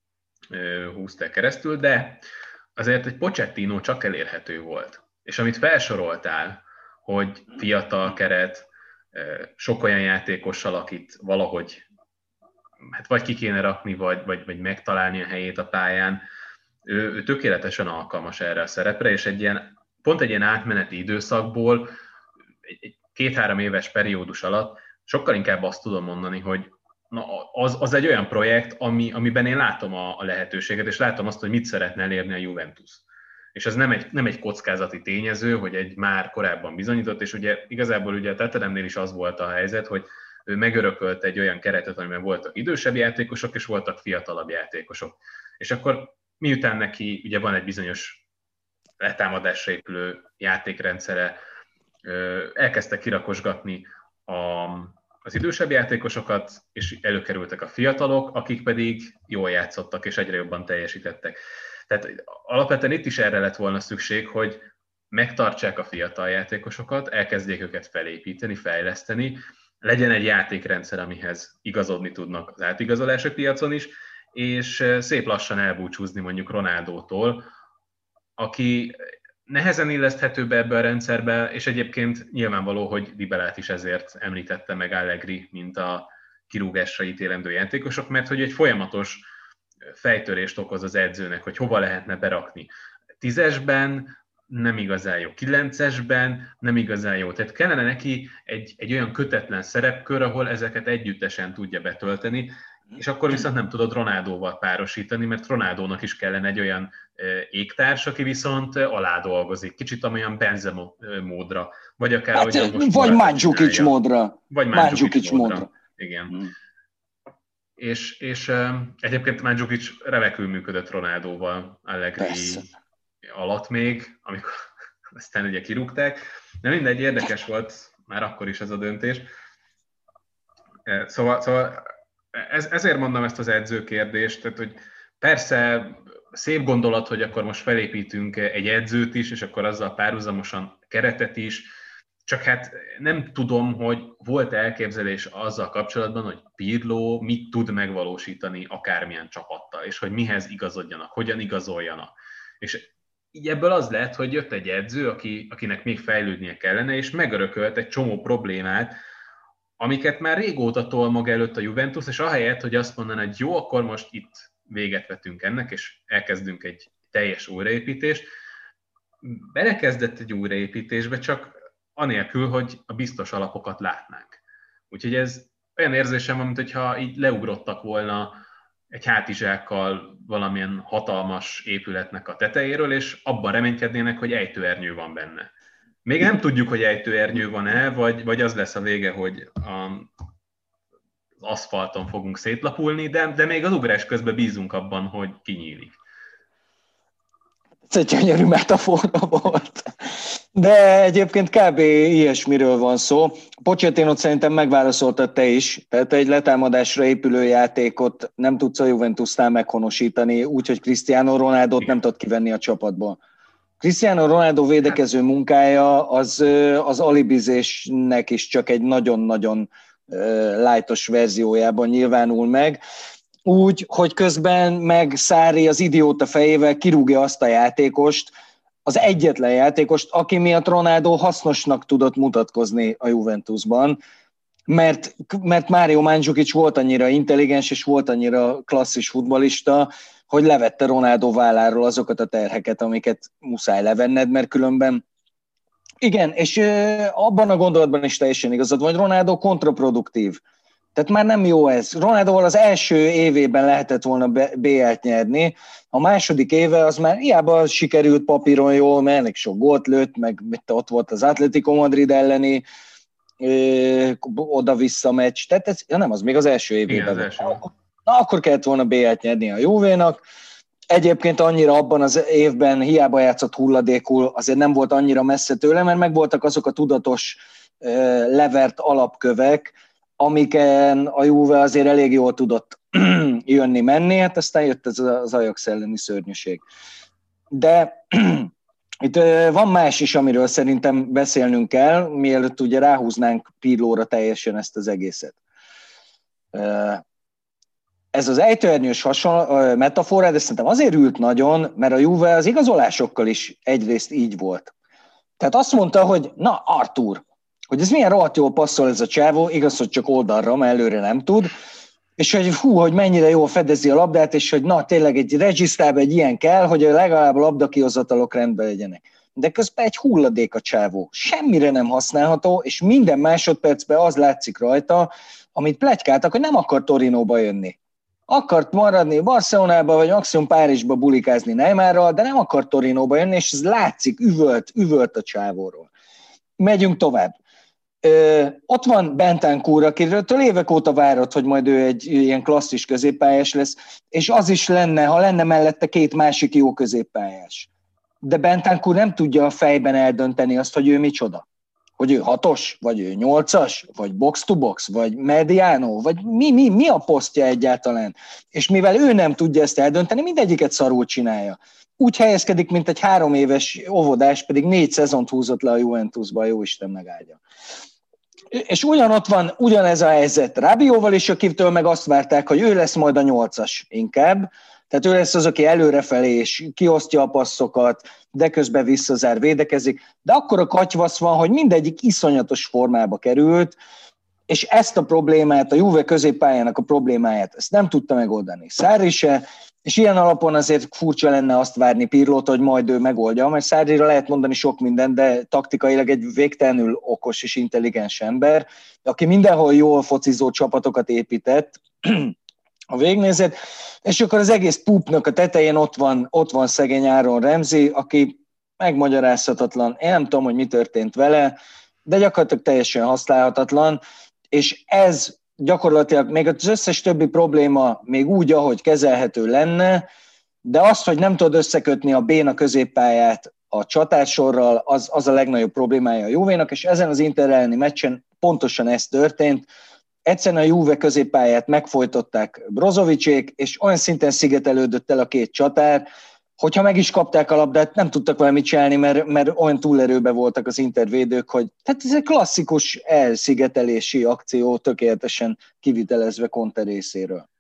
A: húzta keresztül, de azért egy Pochettino csak elérhető volt. És amit felsoroltál, hogy fiatal keret, sok olyan játékossal, akit valahogy hát vagy ki kéne rakni, vagy, vagy, vagy megtalálni a helyét a pályán, ő, ő tökéletesen alkalmas erre a szerepre, és egy ilyen, pont egy ilyen átmeneti időszakból, egy, egy két-három éves periódus alatt sokkal inkább azt tudom mondani, hogy na, az, az egy olyan projekt, ami, amiben én látom a, a lehetőséget, és látom azt, hogy mit szeretne elérni a Juventus. És ez nem egy, nem egy kockázati tényező, hogy egy már korábban bizonyított, és ugye igazából ugye a Tottenhamnél is az volt a helyzet, hogy ő megörökölt egy olyan keretet, amiben voltak idősebb játékosok, és voltak fiatalabb játékosok. És akkor miután neki ugye van egy bizonyos letámadásra épülő játékrendszere, elkezdte kirakosgatni a, az idősebb játékosokat, és előkerültek a fiatalok, akik pedig jól játszottak, és egyre jobban teljesítettek. Tehát alapvetően itt is erre lett volna szükség, hogy megtartsák a fiatal játékosokat, elkezdjék őket felépíteni, fejleszteni, legyen egy játékrendszer, amihez igazodni tudnak az átigazolási piacon is, és szép lassan elbúcsúzni mondjuk Ronaldótól, aki nehezen illeszthető be ebbe a rendszerbe, és egyébként nyilvánvaló, hogy Dybalát is ezért említette meg Allegri, mint a kirúgásra ítélendő játékosok, mert hogy egy folyamatos fejtörést okoz az edzőnek, hogy hova lehetne berakni. Tízesben nem igazán jó kilencesben, nem igazán jó. Tehát kellene neki egy, egy olyan kötetlen szerepkör, ahol ezeket együttesen tudja betölteni, és akkor viszont nem tudod Ronaldóval párosítani, mert Ronaldónak is kellene egy olyan égtárs, aki viszont alá dolgozik, kicsit amolyan Benzema módra, vagy akár
B: hát,
A: ahogyan most
B: vagy Mandzukic módra.
A: Vagy Mandzukic módra. módra. Igen. Hmm. És, és egyébként Mandzukic remekül működött Ronaldóval Allegri Persze. alatt még, amikor aztán ugye kirúgták. De mindegy, érdekes volt már akkor is ez a döntés. Szóval, szóval ez, ezért mondom ezt az edzőkérdést, tehát hogy persze szép gondolat, hogy akkor most felépítünk egy edzőt is, és akkor azzal párhuzamosan keretet is, csak hát nem tudom, hogy volt elképzelés azzal kapcsolatban, hogy Pirlo mit tud megvalósítani akármilyen csapattal, és hogy mihez igazodjanak, hogyan igazoljanak. És így ebből az lett, hogy jött egy edző, aki, akinek még fejlődnie kellene, és megörökölt egy csomó problémát, amiket már régóta tol maga előtt a Juventus, és ahelyett, hogy azt mondaná, hogy jó, akkor most itt véget vetünk ennek, és elkezdünk egy teljes újraépítést, belekezdett egy újraépítésbe, csak anélkül, hogy a biztos alapokat látnánk. Úgyhogy ez olyan érzésem van, mintha így leugrottak volna egy hátizsákkal valamilyen hatalmas épületnek a tetejéről, és abban reménykednének, hogy ejtőernyő van benne. Még nem tudjuk, hogy ejtőernyő van-e, vagy, vagy az lesz a vége, hogy a, az aszfalton fogunk szétlapulni, de, de még az ugrás közben bízunk abban, hogy kinyílik.
B: Ez egy gyönyörű metafora volt. De egyébként kb. Ilyesmiről van szó. Pochettinót szerintem megválaszoltad te is. Tehát egy letámadásra épülő játékot nem tudsz a Juventusnál meghonosítani, úgyhogy Cristiano Ronaldót nem tud kivenni a csapatból. Cristiano Ronaldo védekező munkája az, az alibizésnek is csak egy nagyon-nagyon lightos verziójában nyilvánul meg. Úgy, hogy közben meg Sarri az idióta fejével kirúgja azt a játékost, az egyetlen játékost, aki miatt Ronaldo hasznosnak tudott mutatkozni a Juventusban, mert, mert Mario Mandzukic volt annyira intelligens és volt annyira klasszis futballista, hogy levette Ronaldo válláról azokat a terheket, amiket muszáj levenned, mert különben... Igen, és abban a gondolatban is teljesen igazad van, hogy Ronaldo kontraproduktív. Tehát már nem jó ez. Ronaldóval az első évében lehetett volna bé el-t nyerni, a második éve az már hiába sikerült papíron jól, mert elég sok gólt lőtt, meg ott volt az Atletico Madrid elleni ö, oda-vissza meccs. Tehát ez, ja nem, az még az első évében. Igen, az első. Na, akkor kellett volna bé el-t nyerni a Juvénak. Egyébként annyira abban az évben hiába játszott hulladékul, azért nem volt annyira messze tőle, mert megvoltak azok a tudatos ö, levert alapkövek, amiken a Juve azért elég jól tudott jönni-menni, hát aztán jött ez az Ajax elleni szörnyűség. De itt van más is, amiről szerintem beszélnünk kell, mielőtt ugye ráhúznánk Pirlóra teljesen ezt az egészet. Ez az ejtőernyős hasonló, metafora, de szerintem azért ült nagyon, mert a Juve az igazolásokkal is egyrészt így volt. Tehát azt mondta, hogy na Artur, hogy ez milyen rohadt jól passzol ez a csávó, igaz, hogy csak oldalra, mert előre nem tud, és hogy hú, hogy mennyire jól fedezi a labdát, és hogy na, tényleg egy regisztrában egy ilyen kell, hogy legalább a labdakihozatalok rendben legyenek. De közben egy hulladék a csávó. Semmire nem használható, és minden másodpercben az látszik rajta, amit pletykáltak, hogy nem akar Torinóba jönni. Akart maradni Barcelonába, vagy maximum Párizsba bulikázni Neymarral, de nem akart Torinóba jönni, és ez látszik, üvölt, üvölt a csávóról. Megyünk tovább. Ö, ott van Bentancur, akiről évek óta várott, hogy majd ő egy ilyen klasszis középpályás lesz, és az is lenne, ha lenne mellette két másik jó középpályás. De Bentancur nem tudja a fejben eldönteni azt, hogy ő micsoda. Hogy ő hatos, vagy ő nyolcas, vagy box-to-box, vagy mediano, vagy mi, mi, mi a posztja egyáltalán. És mivel ő nem tudja ezt eldönteni, mindegyiket szarul csinálja. Úgy helyezkedik, mint egy három éves óvodás, pedig négy szezont húzott le a Juventusba, jó Isten megáldja. És ugyanott van ugyanez a helyzet Rabióval is, akitől meg azt várták, hogy ő lesz majd a nyolcas inkább, tehát ő lesz az, aki előrefelé és kiosztja a passzokat, de közben visszazár, védekezik, de akkor a katyvasz van, hogy mindegyik iszonyatos formába került, és ezt a problémát, a Juve középpályának a problémáját, ezt nem tudta megoldani Sarri se, és ilyen alapon azért furcsa lenne azt várni Pirlót, hogy majd ő megoldja, mert Sarrira lehet mondani sok mindent, de taktikailag egy végtelenül okos és intelligens ember, aki mindenhol jól focizó csapatokat épített, a végnézet, és akkor az egész púpnak a tetején ott van, ott van szegény Aaron Ramsey, aki megmagyarázhatatlan, én nem tudom, hogy mi történt vele, de gyakorlatilag teljesen használhatatlan, és ez gyakorlatilag még az összes többi probléma még úgy, ahogy kezelhető lenne, de az, hogy nem tudod összekötni a béna középpályát a csatársorral, az, az a legnagyobb problémája a Juvénak, és ezen az Inter elleni meccsen pontosan ez történt. Egyszerűen a Juve középpályát megfojtották Brozovicsék, és olyan szinten szigetelődött el a két csatár, hogyha meg is kapták a labdát, nem tudtak vele mit csinálni, mert, mert olyan túlerőben voltak az Inter védők, hogy tehát ez egy klasszikus elszigetelési akció, tökéletesen kivitelezve Conte részéről.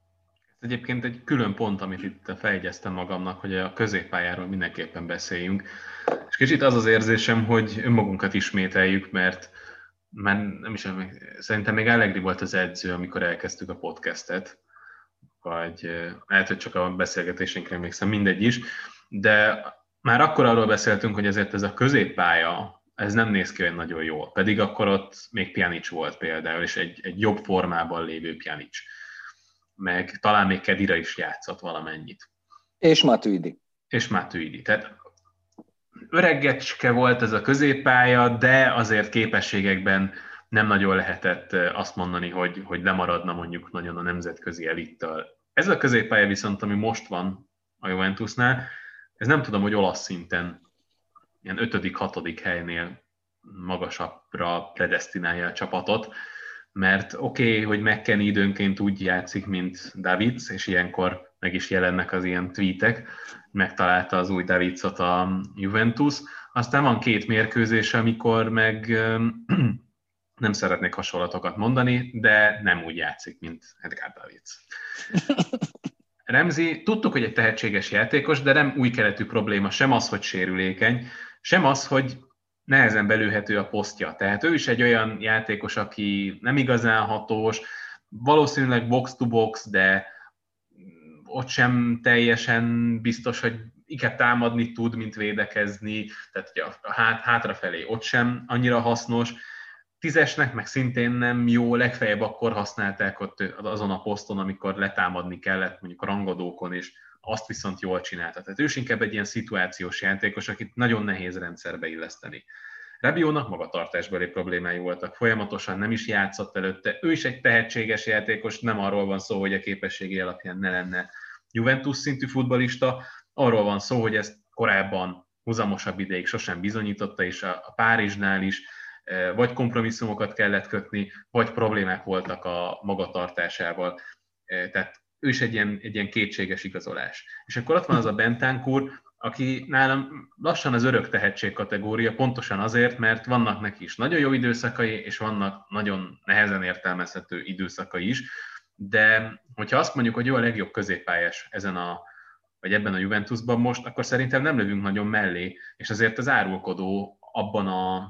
A: Ez egyébként egy külön pont, amit itt feljegyeztem magamnak, hogy a középpályáról mindenképpen beszéljünk. És kicsit az az érzésem, hogy önmagunkat ismételjük, mert mert nem is, szerintem még Allegri volt az edző, amikor elkezdtük a podcastet, vagy lehet, hogy csak a beszélgetésünkre emlékszem, mindegy is, de már akkor arról beszéltünk, hogy ezért ez a középpálya, ez nem néz ki olyan nagyon jól, pedig akkor ott még Pjanic volt például, és egy, egy jobb formában lévő Pjanic, meg talán még Kedira is játszott valamennyit.
B: És Matuidi.
A: És Matuidi, tehát öreggecske volt ez a középpálya, de azért képességekben nem nagyon lehetett azt mondani, hogy, hogy lemaradna mondjuk nagyon a nemzetközi elittől. Ez a középpálya viszont, ami most van a Juventusnál, ez nem tudom, hogy olasz szinten ilyen ötödik, hatodik helynél magasabbra predesztinálja a csapatot, mert oké, okay, hogy McKennie időnként úgy játszik, mint Davids, és ilyenkor meg is jelennek az ilyen tweetek, megtalálta az új Davidsot a Juventus. Aztán van két mérkőzés, amikor meg nem szeretnék hasonlatokat mondani, de nem úgy játszik, mint Edgar Davids. Ramsey, tudtuk, hogy egy tehetséges játékos, de nem új keletű probléma, sem az, hogy sérülékeny, sem az, hogy nehezen belőhető a posztja. Tehát ő is egy olyan játékos, aki nem igazán hatós, valószínűleg box-to-box, de ott sem teljesen biztos, hogy inkább támadni tud, mint védekezni, tehát ugye a hát, hátrafelé ott sem annyira hasznos. Tízesnek meg szintén nem jó, legfeljebb akkor használták ott azon a poszton, amikor letámadni kellett, mondjuk a rangadókon, és azt viszont jól csinálta. Tehát ő is inkább egy ilyen szituációs játékos, akit nagyon nehéz rendszerbe illeszteni. Rabiónak magatartásbeli problémái voltak, folyamatosan nem is játszott előtte, ő is egy tehetséges játékos, nem arról van szó, hogy a képességi alapján ne lenne Juventus szintű futballista, arról van szó, hogy ezt korábban húzamosabb ideig sosem bizonyította, és a Párizsnál is vagy kompromisszumokat kellett kötni, vagy problémák voltak a magatartásával. Tehát ő is egy ilyen, egy ilyen kétséges igazolás. És akkor ott van az a Bentancur, aki nálam lassan az örök tehetség kategória, pontosan azért, mert vannak neki is nagyon jó időszakai, és vannak nagyon nehezen értelmezhető időszakai is, de hogyha azt mondjuk, hogy jó a legjobb középpályás ezen a, vagy ebben a Juventusban most, akkor szerintem nem lövünk nagyon mellé, és azért az árulkodó abban a,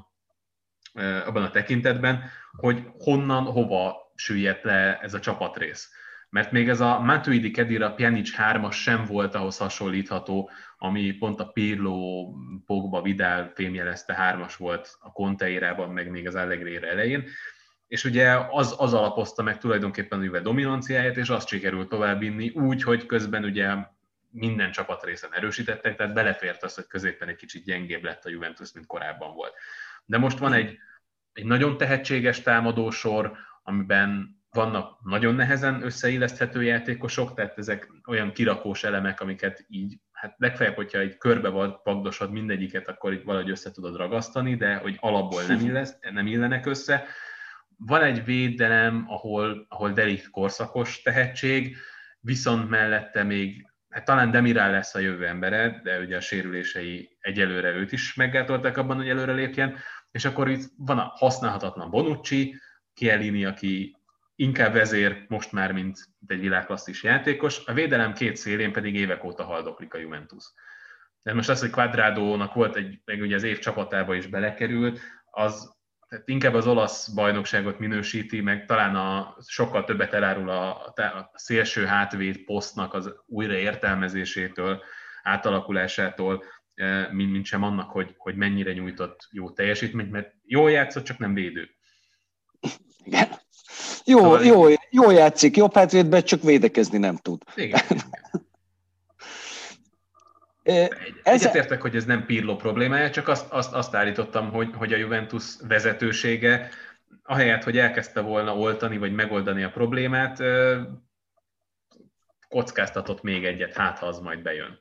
A: abban a tekintetben, hogy honnan, hova süllyedt le ez a csapatrész. Mert még ez a Matuidi, Kedira, Pjanic hármas sem volt ahhoz hasonlítható, ami pont a Pirlo, Pogba, Vidal fémjelezte hármas volt a Conte érában, meg még az Allegri elején. És ugye az, az alapozta meg tulajdonképpen a Juve dominanciáját, és azt sikerült továbbvinni úgy, hogy közben ugye minden csapatrészen erősítettek, tehát belefért az, hogy középen egy kicsit gyengébb lett a Juventus, mint korábban volt. De most van egy, egy nagyon tehetséges támadósor, amiben vannak nagyon nehezen összeilleszthető játékosok, tehát ezek olyan kirakós elemek, amiket így, hát legfeljebb, hogyha egy körbe vagdosod mindegyiket, akkor itt valahogy össze tudod ragasztani, de hogy alapból nem, illesz, nem illenek össze. Van egy védelem, ahol, ahol De Ligt korszakos tehetség, viszont mellette még, hát talán Demiral lesz a jövő embere, de ugye a sérülései egyelőre őt is meggátolták abban, hogy előre lépjen, és akkor itt van a használhatatlan Bonucci, Chiellini, aki inkább vezér most már, mint egy világklasszis játékos, a védelem két szélén pedig évek óta haldoklik a Juventus. De most az, hogy Quadrado-nak volt egy, meg ugye az év csapatába is belekerült, az tehát inkább az olasz bajnokságot minősíti, meg talán a, sokkal többet elárul a, a szélső hátvéd posztnak az újraértelmezésétől, átalakulásától, mint, mint sem annak, hogy, hogy mennyire nyújtott jó teljesítményt, mert jól játszott, csak nem védő.
B: Igen. Jó, szóval jó, jó játszik, jobb hátvédben, csak védekezni nem tud.
A: Igen. Egy, egyetértek, hogy ez nem Pirlo problémája, csak azt, azt, azt állítottam, hogy, hogy a Juventus vezetősége, ahelyett, hogy elkezdte volna oltani, vagy megoldani a problémát, kockáztatott még egyet, hát ha az majd bejön.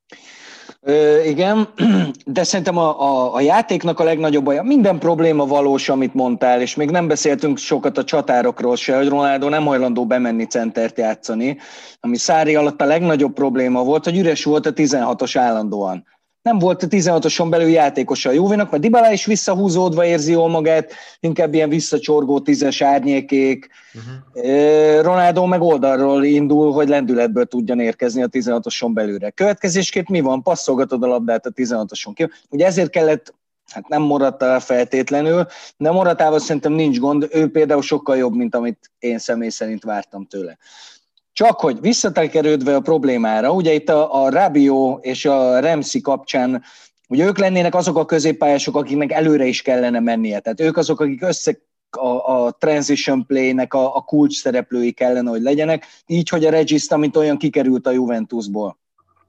B: Ö, igen, de szerintem a, a, a játéknak a legnagyobb baja, minden probléma valós, amit mondtál, és még nem beszéltünk sokat a csatárokról se, hogy Ronaldo nem hajlandó bemenni centert játszani, ami Sarri alatt a legnagyobb probléma volt, hogy üres volt a tizenhatos állandóan. Nem volt a tizenhatoson belül játékosa a Juvénak, mert Dybala is visszahúzódva érzi jól magát, inkább ilyen visszacsorgó tízes árnyékék. Uh-huh. Ronaldo meg oldalról indul, hogy lendületből tudjon érkezni a tizenhatoson belülre. Következésképp mi van? Passzolgatod a labdát a tizenhatoson kívül. Ugye ezért kellett, hát nem Morata feltétlenül, de Moratával szerintem nincs gond, ő például sokkal jobb, mint amit én személy szerint vártam tőle. Csak hogy visszatekerődve a problémára, ugye itt a, a Rabiot és a Ramsey kapcsán, ugye ők lennének azok a középpályások, akiknek előre is kellene mennie. Tehát ők azok, akik össze a, a transition play-nek a, a kulcs szereplői kellene, hogy legyenek, így, hogy a Regista, mint olyan kikerült a Juventusból.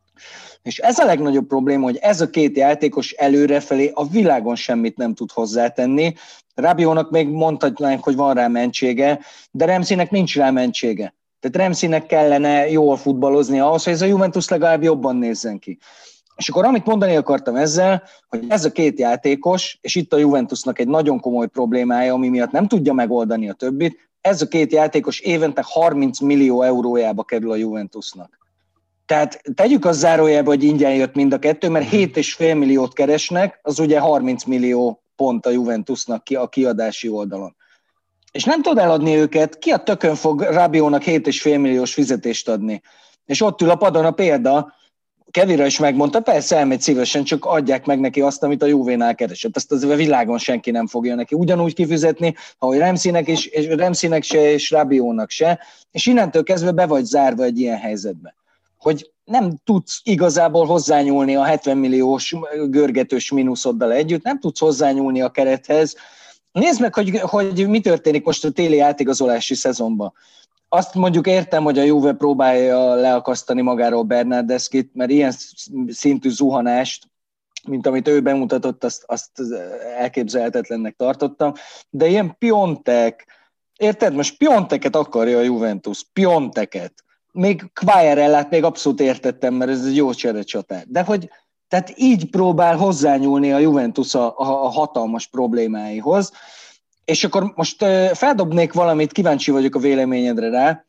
B: És ez a legnagyobb probléma, hogy ez a két játékos előrefelé a világon semmit nem tud hozzátenni. Rabiotnak még mondhatnánk, hogy van rá mentsége, de Ramseynek nincs rá mentsége. Tehát Ramseynek kellene jól futballozni ahhoz, hogy ez a Juventus legalább jobban nézzen ki. És akkor amit mondani akartam ezzel, hogy ez a két játékos, és itt a Juventusnak egy nagyon komoly problémája, ami miatt nem tudja megoldani a többit, ez a két játékos évente harminc millió eurójába kerül a Juventusnak. Tehát tegyük az zárójelbe, hogy ingyen jött mind a kettő, mert hét egész öt milliót keresnek, az ugye harminc millió pont a Juventusnak ki a kiadási oldalon. És nem tud eladni őket, ki a tökön fog Rabiotnak hét egész öt milliós fizetést adni. És ott ül a padon a példa, Kevira is megmondta, persze elmegy szívesen, csak adják meg neki azt, amit a Juvénál keresett. Ezt az a világon senki nem fogja neki ugyanúgy kifizetni, ahogy Ramseynek, is, és Ramseynek se, és Rabiotnak se, és innentől kezdve be vagy zárva egy ilyen helyzetbe. Hogy nem tudsz igazából hozzányúlni a hetven milliós görgetős mínuszoddal együtt, nem tudsz hozzányúlni a kerethez. Nézd meg, hogy, hogy mi történik most a téli átigazolási szezonban. Azt mondjuk értem, hogy a Juve próbálja leakasztani magáról Bernardeschi-t, mert ilyen szintű zuhanást, mint amit ő bemutatott, azt, azt elképzelhetetlennek tartottam. De ilyen Piontek, érted? Most Pionteket akarja a Juventus, Pionteket. Még Quagliarellát még abszolút értettem, mert ez egy jó cserecsatár. De hogy tehát így próbál hozzányúlni a Juventus a, a, a hatalmas problémáihoz. És akkor most feldobnék valamit, kíváncsi vagyok a véleményedre rá.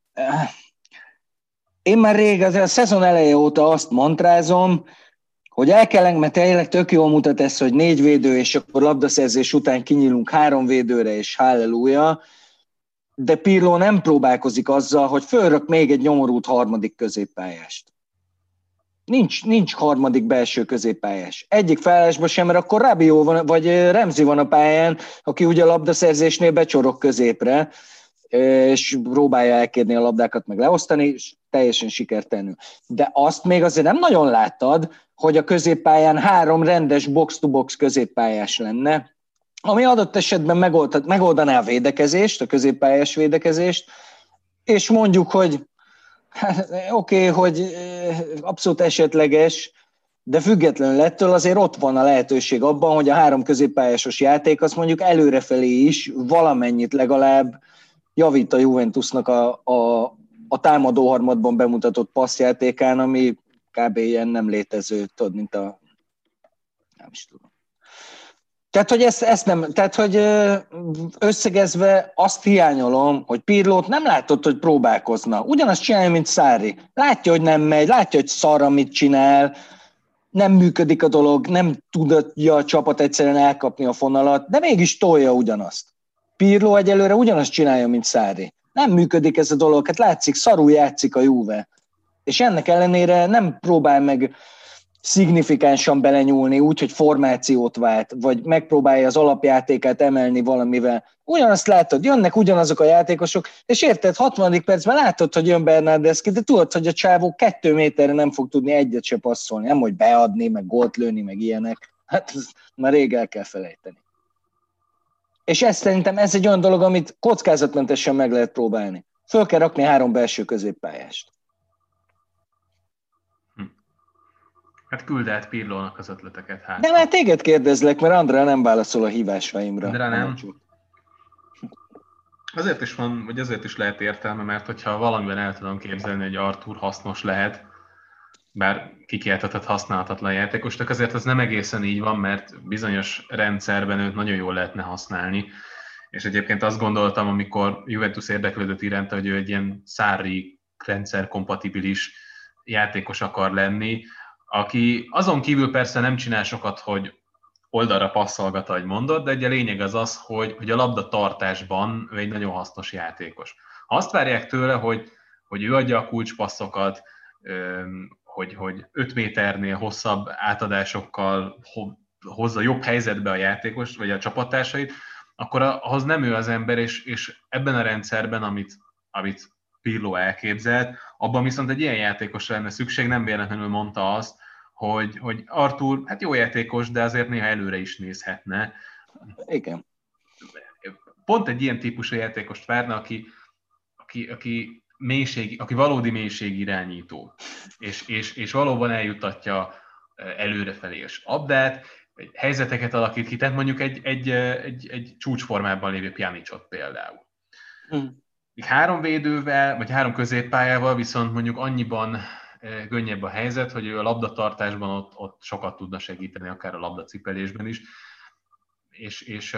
B: Én már rég, a szezon eleje óta azt mantrázom, hogy el kell, mert tényleg tök jól mutat ez, hogy négy védő, és akkor labdaszerzés után kinyílunk három védőre, és halleluja. De Pirlo nem próbálkozik azzal, hogy fölrök még egy nyomorult harmadik középpályást. Nincs, nincs harmadik belső középpályás. Egyik felállásban sem, mert akkor Rabiot van, vagy Ramsey van a pályán, aki ugye a labdaszerzésnél becsorog középre, és próbálja elkérni a labdákat, meg leosztani, és teljesen sikertelenül. De azt még azért nem nagyon láttad, hogy a középpályán három rendes box-to-box középpályás lenne, ami adott esetben megold, megoldaná a védekezést, a középpályás védekezést, és mondjuk, hogy hát, oké, okay, hogy abszolút esetleges, de függetlenül ettől azért ott van a lehetőség abban, hogy a három középpályásos játék az mondjuk előrefelé is valamennyit legalább javít a Juventusnak a, a, a támadó harmadban bemutatott passzjátékán, ami kb. Ilyen nem létező, tudod, mint a... nem is tudom. Tehát, hogy ezt, ezt nem, tehát, hogy összegezve azt hiányolom, hogy Pirlót nem látod, hogy próbálkozna. Ugyanazt csinálja, mint Sarri. Látja, hogy nem megy, látja, hogy szar, amit csinál, nem működik a dolog, nem tudja a csapat egyszerűen elkapni a fonalat, de mégis tolja ugyanazt. Pirlo egyelőre ugyanazt csinálja, mint Sarri. Nem működik ez a dolog, hát látszik, szarul játszik a Juve. És ennek ellenére nem próbál meg szignifikánsan belenyúlni úgy, hogy formációt vált, vagy megpróbálja az alapjátékát emelni valamivel. Ugyanazt látod, jönnek ugyanazok a játékosok, és érted, hatvanadik percben látod, hogy jön Bernardeschi, de tudod, hogy a csávó kettő méterre nem fog tudni egyet se passzolni, nem hogy beadni, meg gólt lőni, meg ilyenek. Hát ezt már rég el kell felejteni. És ez szerintem ez egy olyan dolog, amit kockázatmentesen meg lehet próbálni. Föl kell rakni három belső középpályást.
A: Hm. Hát küld át Pirlónak az ötleteket. Hát.
B: De már téged kérdezlek, mert Andrá nem válaszol a hívásaimra.
A: Andrá nem. Azért is van, vagy azért is lehet értelme, mert hogyha valamiben el tudom képzelni, hogy Arthur hasznos lehet, bár kikiáltathat használhatatlan játékosnak, azért az nem egészen így van, mert bizonyos rendszerben őt nagyon jól lehetne használni. És egyébként azt gondoltam, amikor Juventus érdeklődött iránta, hogy ő egy ilyen Sarri rendszer kompatibilis játékos akar lenni, aki azon kívül persze nem csinál sokat, hogy oldalra passzolgat, ahogy mondod, de egy a lényeg az az, hogy, hogy a labda tartásban ő egy nagyon hasznos játékos. Ha azt várják tőle, hogy, hogy ő adja a kulcspasszokat, hogy, hogy öt méternél hosszabb átadásokkal hozza jobb helyzetbe a játékos, vagy a csapattársait, akkor ahhoz nem ő az ember, és, és ebben a rendszerben, amit, amit Pirlo elképzelt, abban viszont egy ilyen játékosra lenne szükség, nem véletlenül mondta azt, hogy, hogy Arthur, hát jó játékos, de azért néha előre is nézhetne.
B: Igen.
A: Pont egy ilyen típusú játékost várna, aki, aki, aki, mélység, aki valódi mélységirányító, és, és, és valóban eljutatja előrefelé és abdát, helyzeteket alakít ki, tehát mondjuk egy, egy, egy, egy csúcsformában lévő Pjanicot például. Hmm. Három védővel, vagy három középpályával viszont mondjuk annyiban könnyebb a helyzet, hogy ő a labdatartásban ott, ott sokat tudna segíteni, akár a labdacipelésben is, és, és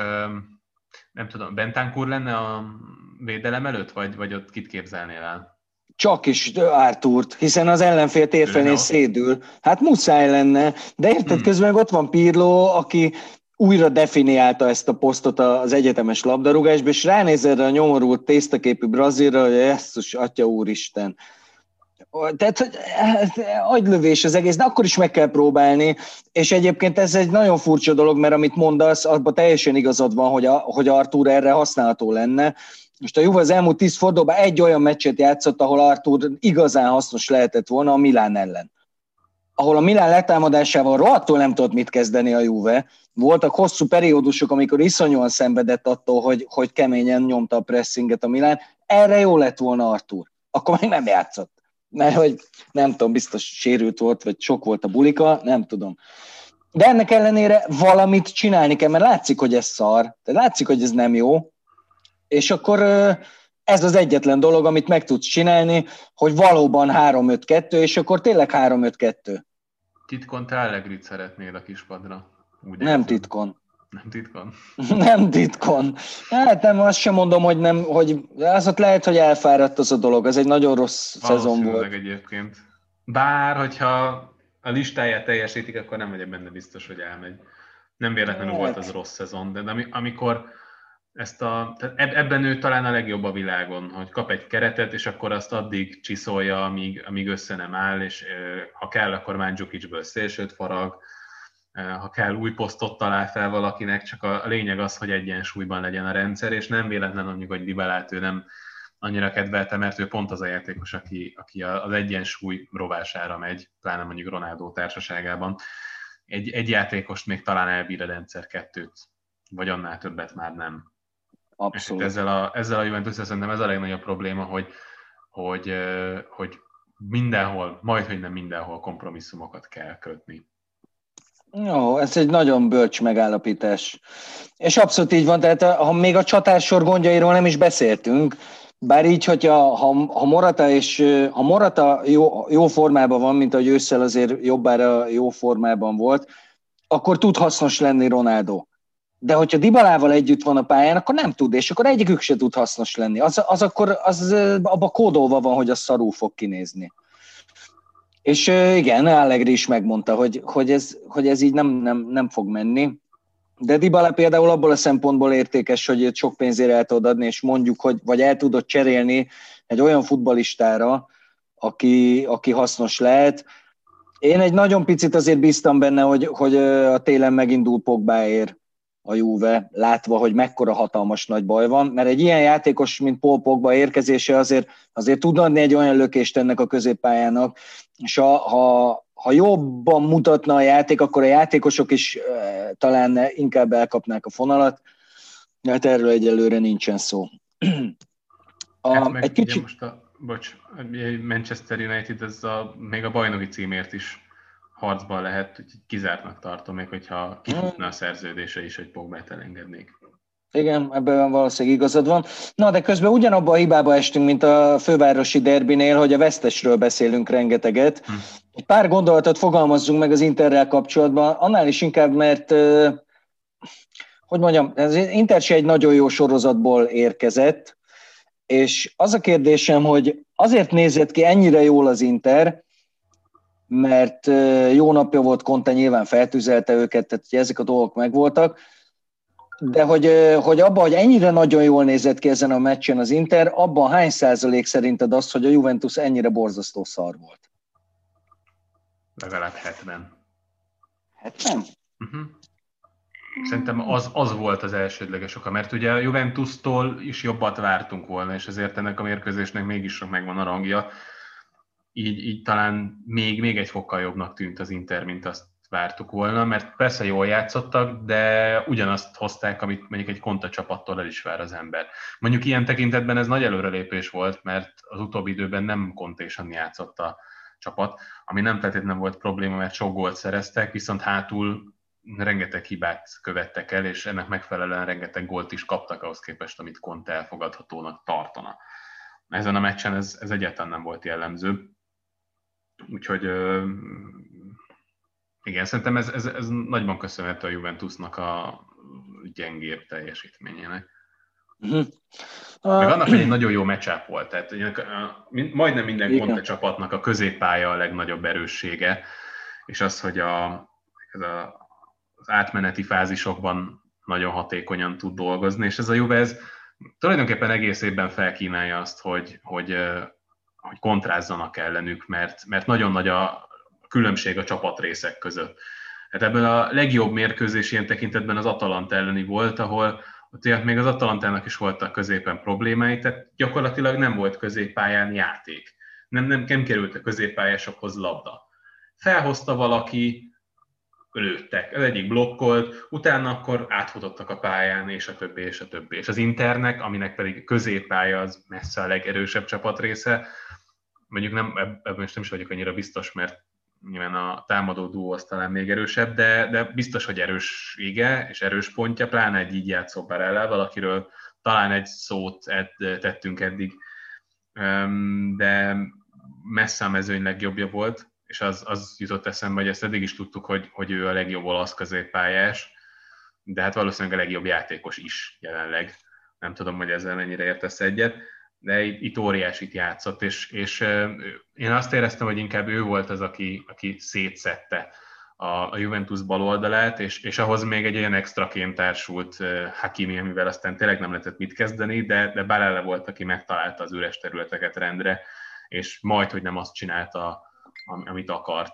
A: nem tudom, Bentancur lenne a védelem előtt, vagy, vagy ott kit képzelnél el?
B: Csak is Arthurt, hiszen az ellenfél térfelén szédül. Hát muszáj lenne, de érted, hmm. közben ott van Pirlo, aki újra definiálta ezt a posztot az egyetemes labdarúgásba, és ránéz erre a nyomorult tésztaképű Brazilra, hogy jesszus, atya úristen. Tehát, hogy agylövés az egész, de akkor is meg kell próbálni, és egyébként ez egy nagyon furcsa dolog, mert amit mondasz, abban teljesen igazad van, hogy, a, hogy Arthur erre használható lenne. Most a Juve az elmúlt tíz fordulóban egy olyan meccset játszott, ahol Arthur igazán hasznos lehetett volna, a Milán ellen. Ahol a Milán letámadásával rohadtul nem tudott mit kezdeni a Juve. Voltak hosszú periódusok, amikor iszonyúan szenvedett attól, hogy, hogy keményen nyomta a pressinget a Milán. Erre jó lett volna Arthur. Akkor még nem játszott. Mert hogy nem tudom, biztos sérült volt, vagy sok volt a bulika, nem tudom. De ennek ellenére valamit csinálni kell, mert látszik, hogy ez szar. De látszik, hogy ez nem jó. És akkor ez az egyetlen dolog, amit meg tudsz csinálni, hogy valóban három öt kettő, és akkor tényleg három öt kettő.
A: Titkon te Allegrit szeretnél a kispadra?
B: Úgy nem érzem. Titkon.
A: Nem titkon?
B: Nem titkon. Hát nem, azt sem mondom, hogy nem, hogy az ott lehet, hogy elfáradt az a dolog, ez egy nagyon rossz szezon volt.
A: Egyébként. Bár, hogyha a listáját teljesítik, akkor nem vagyok benne biztos, hogy elmegy. Nem véletlenül hát. Volt az rossz szezon, de amikor ezt a, tehát ebben ő talán a legjobb a világon, hogy kap egy keretet, és akkor azt addig csiszolja, amíg, amíg össze nem áll, és ha kell, akkor Mandzukicsből szélsőt farag, ha kell, új posztot talál fel valakinek, csak a, a lényeg az, hogy egyensúlyban legyen a rendszer, és nem véletlen mondjuk, hogy Dybalát ő nem annyira kedvelte, mert ő pont az a játékos, aki, aki az egyensúly rovására megy, pláne mondjuk Ronaldo társaságában. Egy, egy játékost még talán elbír a rendszer kettőt, vagy annál többet már nem.
B: Abszolút.
A: És ezzel a, ezzel a Juventus szerintem ez a legnagyobb probléma, hogy, hogy, hogy mindenhol, majdhogy nem mindenhol kompromisszumokat kell kötni.
B: Jó, ez egy nagyon bölcs megállapítás. És abszolút így van, tehát ha még a csatársor gondjairól nem is beszéltünk, bár így, hogyha ha, ha Morata, és, ha Morata jó, jó formában van, mint ahogy ősszel azért jobbára jó formában volt, akkor tud hasznos lenni Ronaldo. De hogyha Dybalával együtt van a pályán, akkor nem tud, és akkor egyikük se tud hasznos lenni. Az, az akkor az abba kódolva van, hogy az szarul fog kinézni. És igen, Allegri is megmondta, hogy, hogy, ez, hogy ez így nem, nem, nem fog menni. De Dybala például abból a szempontból értékes, hogy sok pénzére el tudod adni, és mondjuk, hogy vagy el tudod cserélni egy olyan futballistára, aki, aki hasznos lehet. Én egy nagyon picit azért bíztam benne, hogy, hogy a télen megindul Pogbáért a Juve, látva, hogy mekkora hatalmas nagy baj van, mert egy ilyen játékos, mint Paul Pogba érkezése azért, azért tud adni egy olyan lökést ennek a középpályának, és ha, ha, ha jobban mutatna a játék, akkor a játékosok is e, talán inkább elkapnák a fonalat, hát erről egyelőre nincsen szó.
A: A, hát meg egy kicsit... most a, bocs, Manchester United ez a, még a bajnoki címért is harcban lehet, úgyhogy kizártnak tartom, még hogyha kifutna a szerződése is, hogy Pogbát elengednék.
B: Igen, ebben valószínűleg igazad van. Na, de közben ugyanabban a hibába estünk, mint a fővárosi derbinél, hogy a vesztesről beszélünk rengeteget. Hm. Egy pár gondolatot fogalmazzunk meg az Interrel kapcsolatban, annál is inkább, mert hogy mondjam, az Inter se egy nagyon jó sorozatból érkezett, és az a kérdésem, hogy azért nézett ki ennyire jól az Inter, mert jó napja volt Conte, nyilván feltüzelte őket, tehát ezek a dolgok megvoltak, de hogy, hogy abban, hogy ennyire nagyon jól nézett ki ezen a meccsen az Inter, abban hány százalék szerinted az, hogy a Juventus ennyire borzasztó szar volt?
A: Legalább hetven.
B: hetven?
A: Uh-huh. Szerintem az, az volt az elsődleges oka, mert ugye a Juventustól is jobbat vártunk volna, és ezért ennek a mérkőzésnek mégis sok megvan a rangja. Így, így talán még, még egy fokkal jobbnak tűnt az Inter, mint azt vártuk volna, mert persze jól játszottak, de ugyanazt hozták, amit mondjuk egy Conte csapattól el is vár az ember. Mondjuk ilyen tekintetben ez nagy előrelépés volt, mert az utóbbi időben nem Contésan játszott a csapat, ami nem feltétlenül volt probléma, mert sok gólt szereztek, viszont hátul rengeteg hibát követtek el, és ennek megfelelően rengeteg gólt is kaptak ahhoz képest, amit Conte elfogadhatónak tartana. Ezen a meccsen ez, ez egyáltalán nem volt jellemző. Úgyhogy igen, szerintem ez, ez, ez nagyban köszönhető a Juventusnak a gyengébb teljesítményének. Uh-huh. Meg annak, hogy egy nagyon jó matchup volt. Tehát majdnem minden Conte csapatnak a középpálya a legnagyobb erőssége, és az, hogy a, ez a, az átmeneti fázisokban nagyon hatékonyan tud dolgozni, és ez a Juve ez tulajdonképpen egész évben felkínálja azt, hogy, hogy, hogy kontrázzanak ellenük, mert, mert nagyon nagy a különbség a csapatrészek között. Hát ebből a legjobb mérkőzés ilyen tekintetben az Atalanta elleni volt, ahol ott még az Atalantának is voltak középen problémái, tehát gyakorlatilag nem volt középpályán játék. Nem, nem, nem került a középpályásokhoz labda. Felhozta valaki, lőttek. Az egyik blokkolt, utána akkor átfutottak a pályán, és a többi, és a többi. És az Internek, aminek pedig középpálya az messze a legerősebb csapatrésze, mondjuk nem, ebben most nem is vagyok annyira biztos, mert nyilván a támadó duó az talán még erősebb, de, de biztos, hogy erős ége, és erős pontja, pláne egy így játszó Barellával, akiről talán egy szót ed, tettünk eddig, de messze a mezőny legjobbja volt, és az, az jutott eszembe, hogy ezt eddig is tudtuk, hogy, hogy ő a legjobb olasz középpályás, de hát valószínűleg a legjobb játékos is jelenleg. Nem tudom, hogy ezzel mennyire értesz egyet, de itt, itt óriásit játszott, és, és én azt éreztem, hogy inkább ő volt az, aki, aki szétszette a, a Juventus bal oldalát, és, és ahhoz még egy olyan extraként társult Hakimi, amivel aztán tényleg nem lehetett mit kezdeni, de, de Barella volt, aki megtalálta az üres területeket rendre, és majd, hogy nem azt csinálta, amit akart.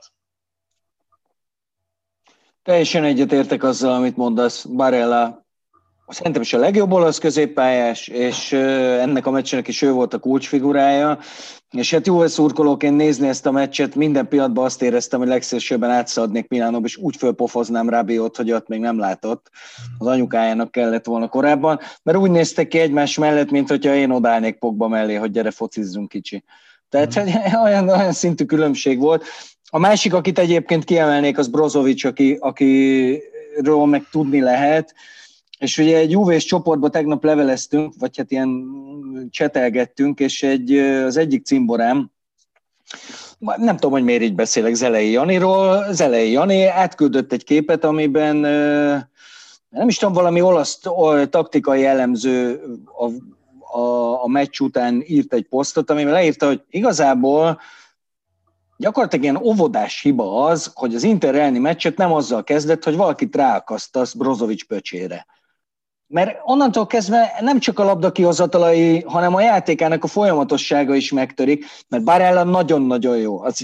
B: Teljesen egyetértek azzal, amit mondasz. Barella szerintem is a legjobb olasz középpályás, és ennek a meccsenek is ő volt a kulcsfigurája, és hát Juve szurkolóként nézni ezt a meccset, minden pillanatban azt éreztem, hogy legszívesebben átszadnék Milánóba, és úgy fölpofoznám Rabiot, hogy ott még nem látott. Az anyukájának kellett volna korábban, mert úgy néztek ki egymás mellett, mint hogyha én odállnék Pogba mellé, hogy gyere focizzunk kicsi. Tehát mm. olyan, olyan szintű különbség volt. A másik, akit egyébként kiemelnék, az Brozovic, aki, akiről meg tudni lehet, és ugye egy Juvés csoportba tegnap leveleztünk, vagy hát ilyen csetelgettünk, és egy, az egyik cimborám, nem tudom, hogy miért így beszélek Zelei Janiról, Zelei Jani átküldött egy képet, amiben nem is tudom, valami olasz taktikai elemző a, a, a meccs után írt egy posztot, amiben leírta, hogy igazából gyakorlatilag ilyen óvodás hiba az, hogy az Inter elleni meccset nem azzal kezdett, hogy valakit ráakasztasz Brozovic pöcsére. Mert onnantól kezdve nem csak a labda kihozatalai, hanem a játékának a folyamatossága is megtörik, mert Barella nagyon-nagyon jó. Az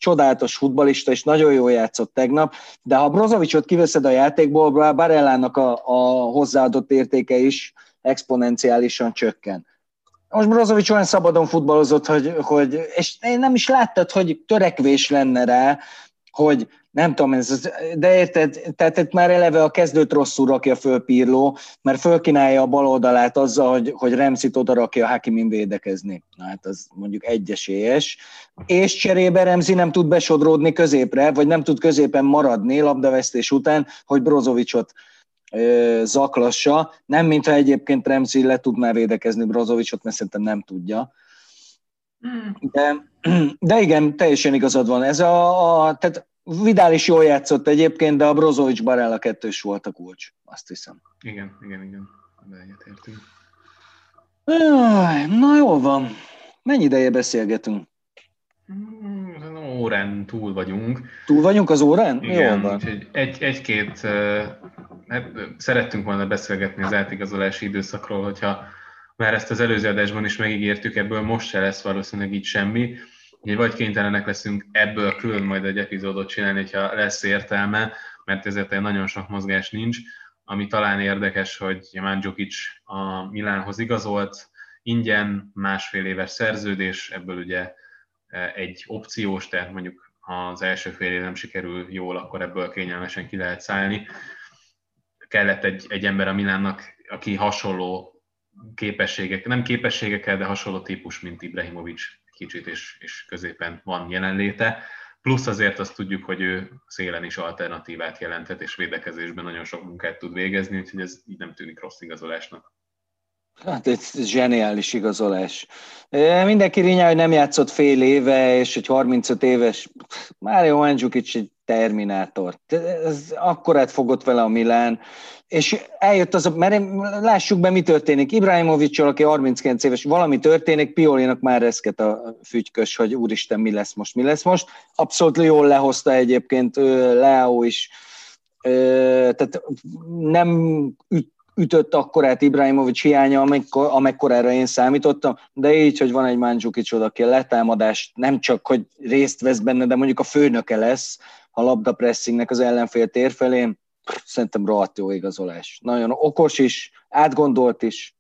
B: csodálatos futballista, és nagyon jól játszott tegnap, de ha Brozovićot kiveszed a játékból, Barellának a, a hozzáadott értéke is exponenciálisan csökken. Most Brozović olyan szabadon futballozott, hogy, hogy, és én nem is láttad, hogy törekvés lenne rá, hogy nem tudom, ez, de érted, tehát itt már eleve a kezdőt rosszul rakja föl Pirlo, mert fölkínálja a bal oldalát azzal, hogy, hogy Ramsey-t oda rakja Hakimin védekezni. Na hát az mondjuk egyesélyes. És cserébe Ramsey nem tud besodródni középre, vagy nem tud középen maradni labdavesztés után, hogy Brozovićot ö, zaklassa. Nem, mintha egyébként Ramsey le tudná védekezni Brozovićot, mert szerintem nem tudja. De, de igen, teljesen igazad van. Ez a, a tehát Vidal is jól játszott egyébként, de a Brozović Barella kettős volt a kulcs, azt hiszem.
A: Igen, igen, igen. De egyetértünk.
B: Na jól van. Mennyi ideje beszélgetünk?
A: Órán túl vagyunk.
B: Túl vagyunk az órán?
A: Igen,
B: jól van.
A: Úgyhogy egy, egy-két, hát szerettünk volna beszélgetni az átigazolási időszakról, hogyha már ezt az előző adásban is megígértük, ebből most se lesz valószínűleg így semmi. Úgyhogy vagy kénytelenek leszünk ebből külön majd egy epizódot csinálni, hogyha lesz értelme, mert ezért nagyon sok mozgás nincs. Ami talán érdekes, hogy Mandzukic a Milánhoz igazolt, ingyen másfél éves szerződés, ebből ugye egy opciós, tehát mondjuk ha az első fél év nem sikerül jól, akkor ebből kényelmesen ki lehet szállni. Kellett egy, egy ember a Milánnak, aki hasonló képességek, nem képességekkel, de hasonló típus, mint Ibrahimovic kicsit, és, és középen van jelenléte. Plusz azért azt tudjuk, hogy ő szélen is alternatívát jelenthet, és védekezésben nagyon sok munkát tud végezni, úgyhogy ez így nem tűnik rossz igazolásnak.
B: Hát egy zseniális igazolás. Mindenki rinyál, hogy nem játszott fél éve, és egy harmincöt éves Mário Mandzukic egy terminátor. Ez akkorát fogott vele a Milán, és eljött az, mert lássuk be, mi történik. Ibrahimovic-sal, aki harminckilenc éves, valami történik, Piolinak már reszket a fügykös, hogy úristen, mi lesz most, mi lesz most. Abszolút jól lehozta egyébként Leao is. Tehát nem üt ütött akkorát Ibrahimovic hiánya, amikor, amekkorára én számítottam, de így, hogy van egy Mandzukic oda, aki a letámadást nem csak, hogy részt vesz benne, de mondjuk a főnöke lesz a labdapresszingnek az ellenfél tér felén, szerintem rohadt jó igazolás. Nagyon okos is, átgondolt is.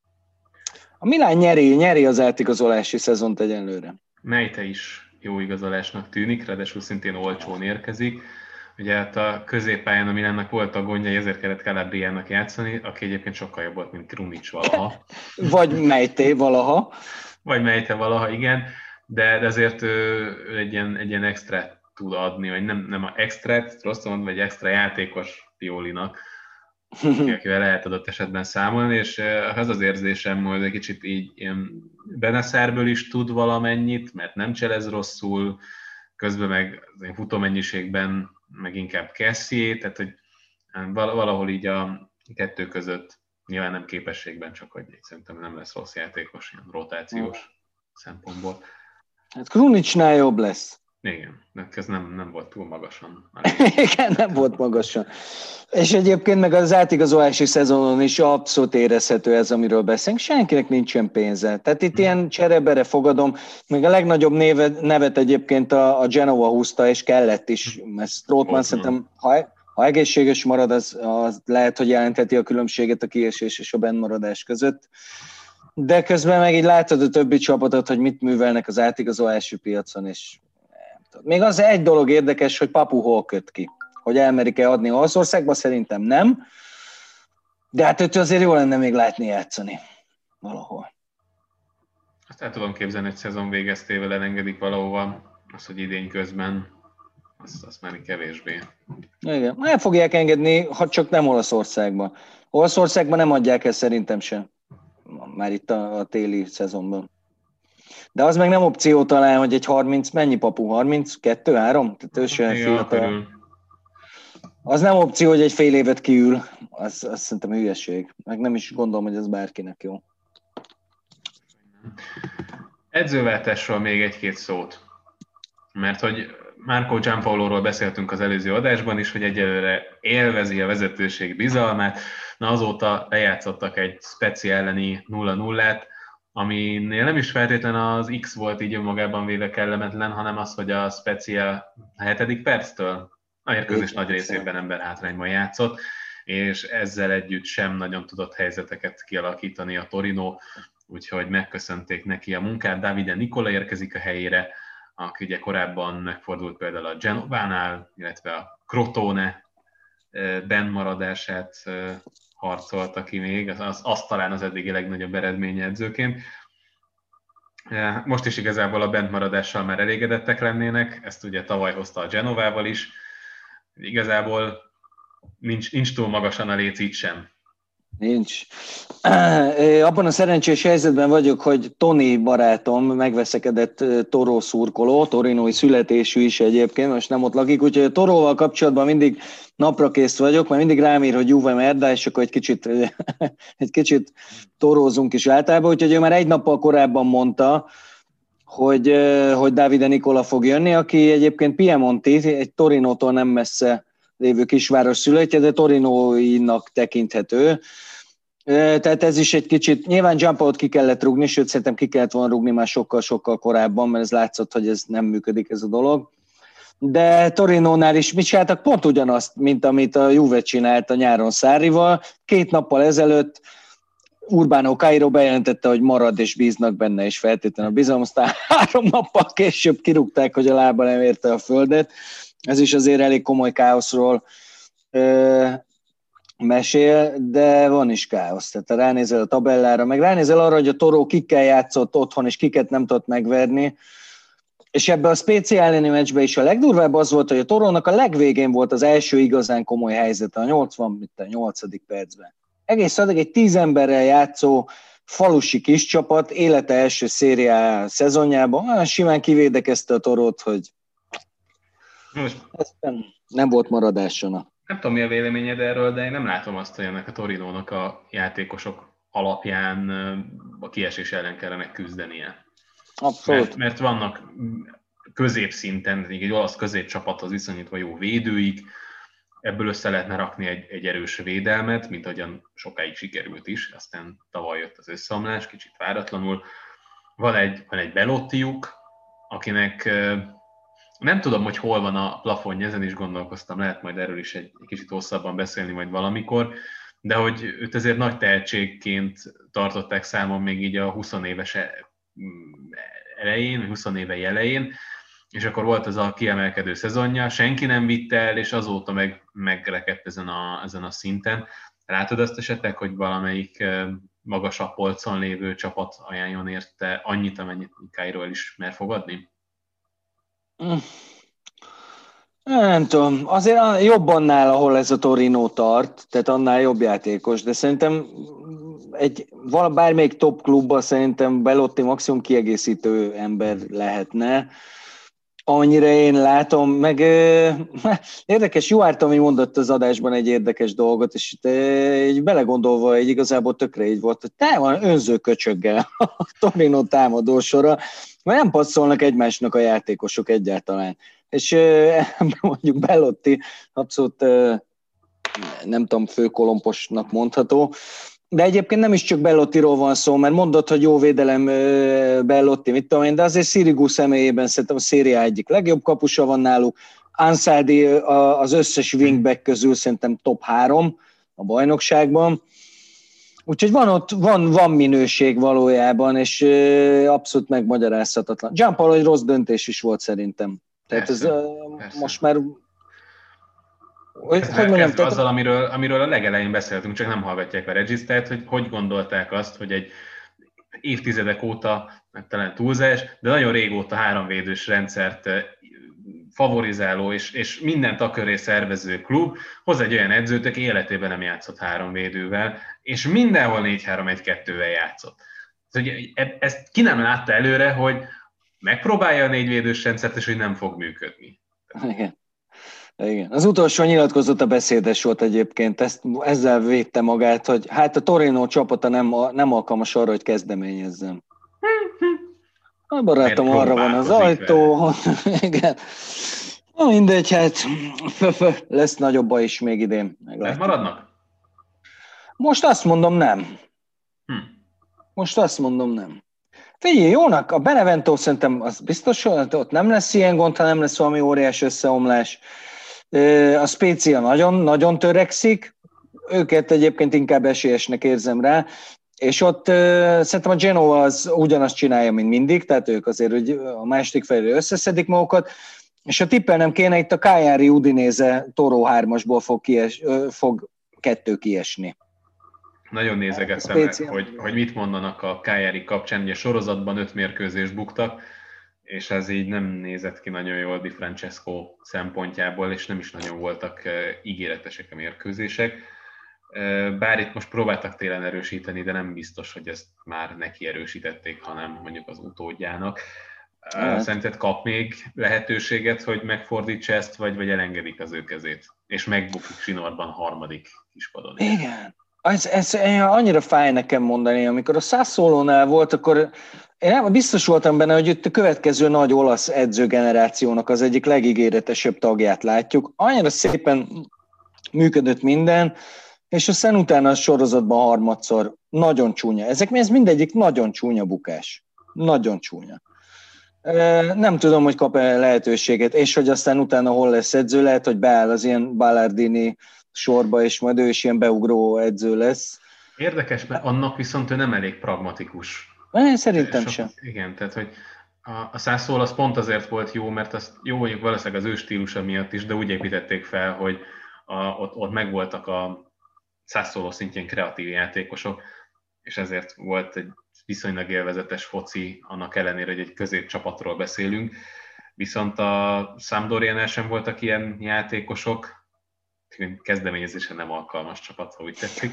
B: A Milán nyeri, nyeri az átigazolási szezont egyenlőre.
A: Melyte is jó igazolásnak tűnik, ráadásul szintén olcsón érkezik. Ugye hát a középpályán a Milánnak volt a gondjai, ezért kellett Calabriának játszani, aki egyébként sokkal jobb volt, mint Krunic valaha.
B: Vagy Mejté valaha.
A: Vagy Mejté valaha, igen, de, de azért ő, ő egy, ilyen, egy ilyen extrát tud adni, vagy nem, nem a extrát, rosszul mondva, vagy extra játékos Piolinak, akivel lehet adott esetben számolni, és az az érzésem, hogy egy kicsit így ilyen Benaszárből is tud valamennyit, mert nem cselez rosszul, közben meg az futómennyiségben meg inkább Kessié, tehát hogy valahol így a kettő között nyilván nem képességben, csak hogy szerintem nem lesz rossz játékos, ilyen rotációs oh. szempontból.
B: Hát Krunicsnál jobb lesz.
A: Igen, de ez nem, nem volt túl magasan.
B: Igen, nem volt magasan. És egyébként meg az átigazolási szezonon is abszolút érezhető ez, amiről beszélünk. Senkinek nincsen pénze. Tehát itt hmm. ilyen cserebere fogadom. Még a legnagyobb nevet, nevet egyébként a, a Genova húzta, és kellett is. Mert Strootman szerintem, ha, ha egészséges marad, az, az lehet, hogy jelentheti a különbséget a kiesés és a bennmaradás között. De közben meg így látod a többi csapatot, hogy mit művelnek az átigazolási piacon, és még az egy dolog érdekes, hogy Papu hol köt ki. Hogy elmerik-e adni Olaszországba, szerintem nem. De hát őt azért jó lenne még látni játszani valahol.
A: Azt el tudom képzelni, hogy szezon végeztével elengedik valahova, az, hogy idény közben, azt, azt már kevésbé.
B: Igen, el fogják engedni, ha csak nem Olaszországban. Olaszországban nem adják ezt szerintem sem. Már itt a, a téli szezonban. De az meg nem opció talán, hogy egy harminc, mennyi Papu? harminckettő három? Tehát ő sem fiatal. Az nem opció, hogy egy fél évet kiül. Az, az szerintem hülyeség. Meg nem is gondolom, hogy ez bárkinek jó.
A: Edzőváltásról még egy-két szót. Mert hogy Marco Gianpaolóról beszéltünk az előző adásban is, hogy egyelőre élvezi a vezetőség bizalmát. Na azóta lejátszottak egy Spezia elleni nulla nullát, aminél nem is feltétlen az X volt így önmagában véve kellemetlen, hanem az, hogy a Spezia a hetedik perctől a érkezés nagy részében emberhátrányban játszott, és ezzel együtt sem nagyon tudott helyzeteket kialakítani a Torino, úgyhogy megköszönték neki a munkát. Davide Nicola érkezik a helyére, aki ugye korábban megfordult például a Genovánál, illetve a Crotone bennmaradását harcolta ki még, az, az talán az eddigi legnagyobb eredménye edzőként. Most is igazából a bentmaradással már elégedettek lennének, ezt ugye tavaly hozta a Genovával is. Igazából nincs, nincs túl magasan a léc itt sem.
B: Nincs. Abban a szerencsés helyzetben vagyok, hogy Tony barátom megveszekedett Toro szurkoló, torinói születésű is egyébként, most nem ott lakik, úgyhogy a Toróval kapcsolatban mindig naprakész vagyok, mert mindig rám ír, hogy Juve Merda, és akkor egy kicsit, egy kicsit torózunk is általában, úgyhogy ő már egy nappal korábban mondta, hogy, hogy Davide Nicola fog jönni, aki egyébként Piemonti, egy Torinótól nem messze lévő kisváros szülöttje, de torinóinak tekinthető. Tehát ez is egy kicsit, nyilván Giampaót ki kellett rúgni, sőt szerintem ki kellett volna rúgni már sokkal-sokkal korábban, mert ez látszott, hogy ez nem működik ez a dolog. De Torinónál is mit csináltak? Pont ugyanazt, mint amit a Juve csinált a nyáron Sarrival. Két nappal ezelőtt Urbano Cairo bejelentette, hogy marad és bíznak benne, és feltétlenül a bizalom, aztán három nappal később kirúgták, hogy a lába nem érte a földet. Ez is azért elég komoly káoszról ö, mesél, de van is káosz. Tehát ránézel a tabellára, meg ránézel arra, hogy a Toro kikkel játszott otthon, és kiket nem tudott megverni, és ebben a Spezia elleni meccsben is a legdurvább az volt, hogy a Torónak a legvégén volt az első igazán komoly helyzete, a nyolcvannyolcadik percben. Egész addig egy tíz emberrel játszó falusi kis csapat élete első szériá szezonjában olyan simán kivédekezte a Torót, hogy nem, nem volt maradássona.
A: Nem tudom, mi a véleményed erről, de én nem látom azt, hogy ennek a Torinónak a játékosok alapján a kiesés ellen kellene küzdenie.
B: Abszolút.
A: Mert, mert vannak középszinten, egy olasz középcsapathoz viszonyítva jó védőik, ebből össze lehetne rakni egy, egy erős védelmet, mint ahogyan sokáig sikerült is, aztán tavaly jött az összeomlás, kicsit váratlanul. Van egy, van egy Belottiuk, akinek nem tudom, hogy hol van a plafonja, ezen is gondolkoztam, lehet majd erről is egy, egy kicsit hosszabban beszélni majd valamikor, de hogy őt azért nagy tehetségként tartották számon még így a húsz éves elején, vagy húsz évei elején, és akkor volt ez a kiemelkedő szezonja, senki nem vitte el, és azóta meg megrekedt ezen a, ezen a szinten. Látod azt esetleg, hogy valamelyik magasabb polcon lévő csapat ajánljon érte annyit, amennyit Cairo is mer fogadni?
B: Nem tudom, azért jobb annál, ahol ez a Torino tart, tehát annál jobb játékos, de szerintem egy, bármelyik top klubban szerintem Belotti maximum kiegészítő ember lehetne. Annyira én látom, meg érdekes, Juhárt, ami mondott az adásban egy érdekes dolgot, és itt így belegondolva, egy igazából tökre így volt, hogy te van önző köcsöggel a Torino támadósora, mert nem passzolnak egymásnak a játékosok egyáltalán. És mondjuk Belotti abszolút nem tudom, főkolomposnak mondható, de egyébként nem is csak Bellottiról van szó, mert mondod, hogy jó védelem Bellotti, mit tudom én, de azért Sirigu személyében szerintem a szériá egyik legjobb kapusa van náluk, Ansaldi az összes wingback közül szerintem top három a bajnokságban, úgyhogy van ott, van, van minőség valójában, és abszolút megmagyarázhatatlan. Giampaolo egy rossz döntés is volt szerintem. Tehát persze, ez persze. Most már...
A: Hogy, hogy mondjam, tehát... azzal, amiről, amiről a legelején beszéltünk, csak nem hallgatják a regisztert, hogy hogy gondolták azt, hogy egy évtizedek óta, talán túlzás, de nagyon régóta háromvédős rendszert favorizáló és, és mindent a köré szervező klub hoz egy olyan edzőt, aki életében nem játszott háromvédővel, és mindenhol négy három egy kettővel játszott. Ezt ki nem látta előre, hogy megpróbálja a négyvédős rendszert, és hogy nem fog működni.
B: Igen. Igen. Az utolsó nyilatkozata beszédes volt egyébként, ezt, ezzel védte magát, hogy hát a Torino csapata nem, nem alkalmas arra, hogy kezdeményezzen. A barátom, arra van az ajtó. Igen. Na mindegy, hát fö-fö, lesz nagyobb baj is még idén.
A: Nem maradnak?
B: Most azt mondom nem.
A: Hm.
B: Most azt mondom nem. Figyelj, jónak, a Benevento szerintem az biztos, hogy ott nem lesz ilyen gond, ha nem lesz valami óriás összeomlás. A Spezia nagyon, nagyon törekszik, őket egyébként inkább esélyesnek érzem rá, és ott uh, szerintem a Genova az ugyanazt csinálja, mint mindig, tehát ők azért hogy a második felé összeszedik magukat, és ha tippelnem kéne, itt a Cagliari Udinese Toro hármasból fog, kies, fog kettő kiesni.
A: Nagyon nézegettem, hogy, hogy mit mondanak a Cagliari kapcsán, ugye sorozatban öt mérkőzést buktak, és ez így nem nézett ki nagyon jól Di Francesco szempontjából, és nem is nagyon voltak ígéretesek a mérkőzések. Bár itt most próbáltak télen erősíteni, de nem biztos, hogy ezt már neki erősítették, hanem mondjuk az utódjának. Hát. Szerinted kap még lehetőséget, hogy megfordítsa ezt, vagy, vagy elengedik az ő kezét, és megbukik zsinórban harmadik kispadon?
B: Igen. Ez, ez annyira fáj nekem mondani, amikor a Sassuolónál volt, akkor én nem biztos voltam benne, hogy itt a következő nagy olasz edzőgenerációnak az egyik legígéretesebb tagját látjuk. Annyira szépen működött minden, és aztán utána a sorozatban harmadszor nagyon csúnya. Ezek ez mindegyik nagyon csúnya bukás. Nagyon csúnya. Nem tudom, hogy kap-e lehetőséget, és hogy aztán utána hol lesz edző, lehet, hogy beáll az ilyen Ballardini sorba, és majd ő is ilyen beugró edző lesz.
A: Érdekes, mert annak viszont ő nem elég pragmatikus.
B: Én szerintem
A: so,
B: sem.
A: Igen, tehát hogy a, a Sassuolo az pont azért volt jó, mert azt jó mondjuk valószínűleg az ő stílusa miatt is, de úgy építették fel, hogy a, ott, ott megvoltak a Sassuolo szintjén kreatív játékosok, és ezért volt egy viszonylag élvezetes foci, annak ellenére, hogy egy középcsapatról beszélünk. Viszont a Sampdoriánál sem voltak ilyen játékosok, kezdeményezésre nem alkalmas csapat, ha úgy tetszik.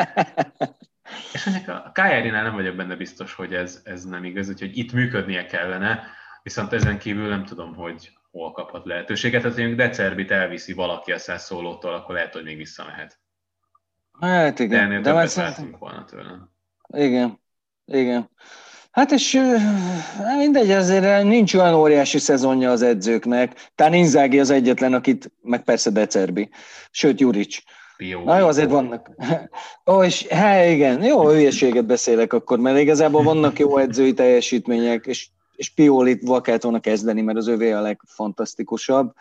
A: És ennek a Cagliarinál nem vagyok benne biztos, hogy ez, ez nem igaz, úgyhogy itt működnie kellene, viszont ezen kívül nem tudom, hogy hol kaphat lehetőséget. Tehát, hogy De Zerbit elviszi valaki a Sassuolótól, akkor lehet, hogy még visszamehet.
B: Hát igen.
A: De ennél
B: de
A: többet vártunk volna tőlem.
B: Igen, igen. Hát és mindegy, azért nincs olyan óriási szezonja az edzőknek. Talán Inzaghi az egyetlen, akit, meg persze De Zerbi, sőt Juric.
A: Pioli.
B: Na jó, azért vannak. Ó, és hát igen, jó, hülyeséget beszélek akkor, mert igazából vannak jó edzői teljesítmények, és, és Piolit kellett volna kezdeni, mert az övé a legfantasztikusabb.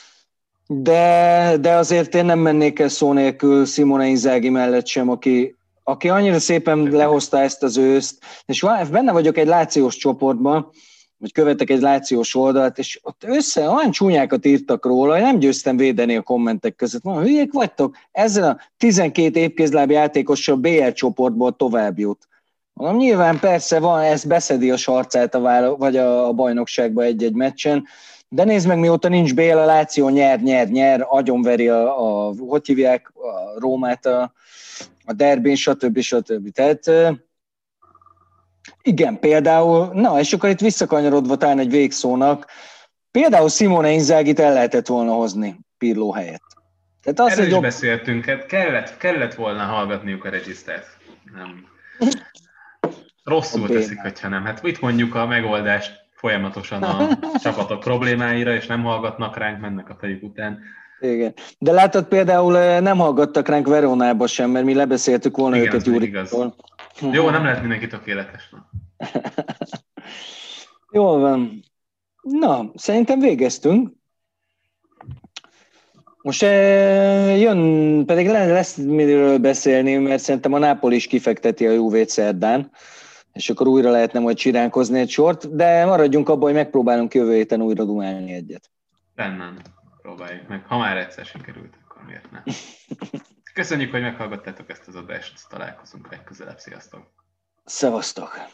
B: De, de azért én nem mennék el szó nélkül Simone Inzaghi mellett sem, aki aki annyira szépen lehozta ezt az őszt, és benne vagyok egy lációs csoportban, vagy követek egy lációs oldalt, és ott össze olyan csúnyákat írtak róla, hogy nem győztem védeni a kommentek között. Mondom, hülyék vagytok, ezzel a tizenkét épkézláb játékossal bé el csoportból tovább jut. Mondom, nyilván persze van, ez beszedi a sarcát a, vála, vagy a, a bajnokságba egy-egy meccsen, de nézd meg, mióta nincs bé el, a Láció nyer, nyer, nyer, agyonveri a, a hogy hívják, a Rómát, a a derbén, stb. stb. Tehát igen, például, na, és akkor itt visszakanyarodva talán egy végszónak, például Simone Inzaghi-t el lehetett volna hozni Pirlo helyett.
A: Tehát az, erről is jobb... beszéltünk, hát kellett, kellett volna hallgatniuk a regisztert. Nem. Rosszul a teszik, hogyha nem. Hát mit mondjuk a megoldást folyamatosan a csapatok problémáira, és nem hallgatnak ránk, mennek a fejük után.
B: Igen. De látod, például nem hallgattak ránk Veronába sem, mert mi lebeszéltük volna
A: igen,
B: őket Gyuriktól.
A: Jó, nem lehet mindenki tökéletes.
B: Jól van. Na, szerintem végeztünk. Most jön, pedig lesz miről beszélni, mert szerintem a Napoli is kifekteti a Juvét szerdán, és akkor újra lehetne majd csiránkozni egy sort, de maradjunk abban, hogy megpróbálunk jövő héten újra dumálni egyet.
A: Bennem. Próbáljuk meg. Ha már egyszer sikerült, akkor miért nem? Köszönjük, hogy meghallgattátok ezt az adást, találkozunk legközelebb. Sziasztok!
B: Szevasztok!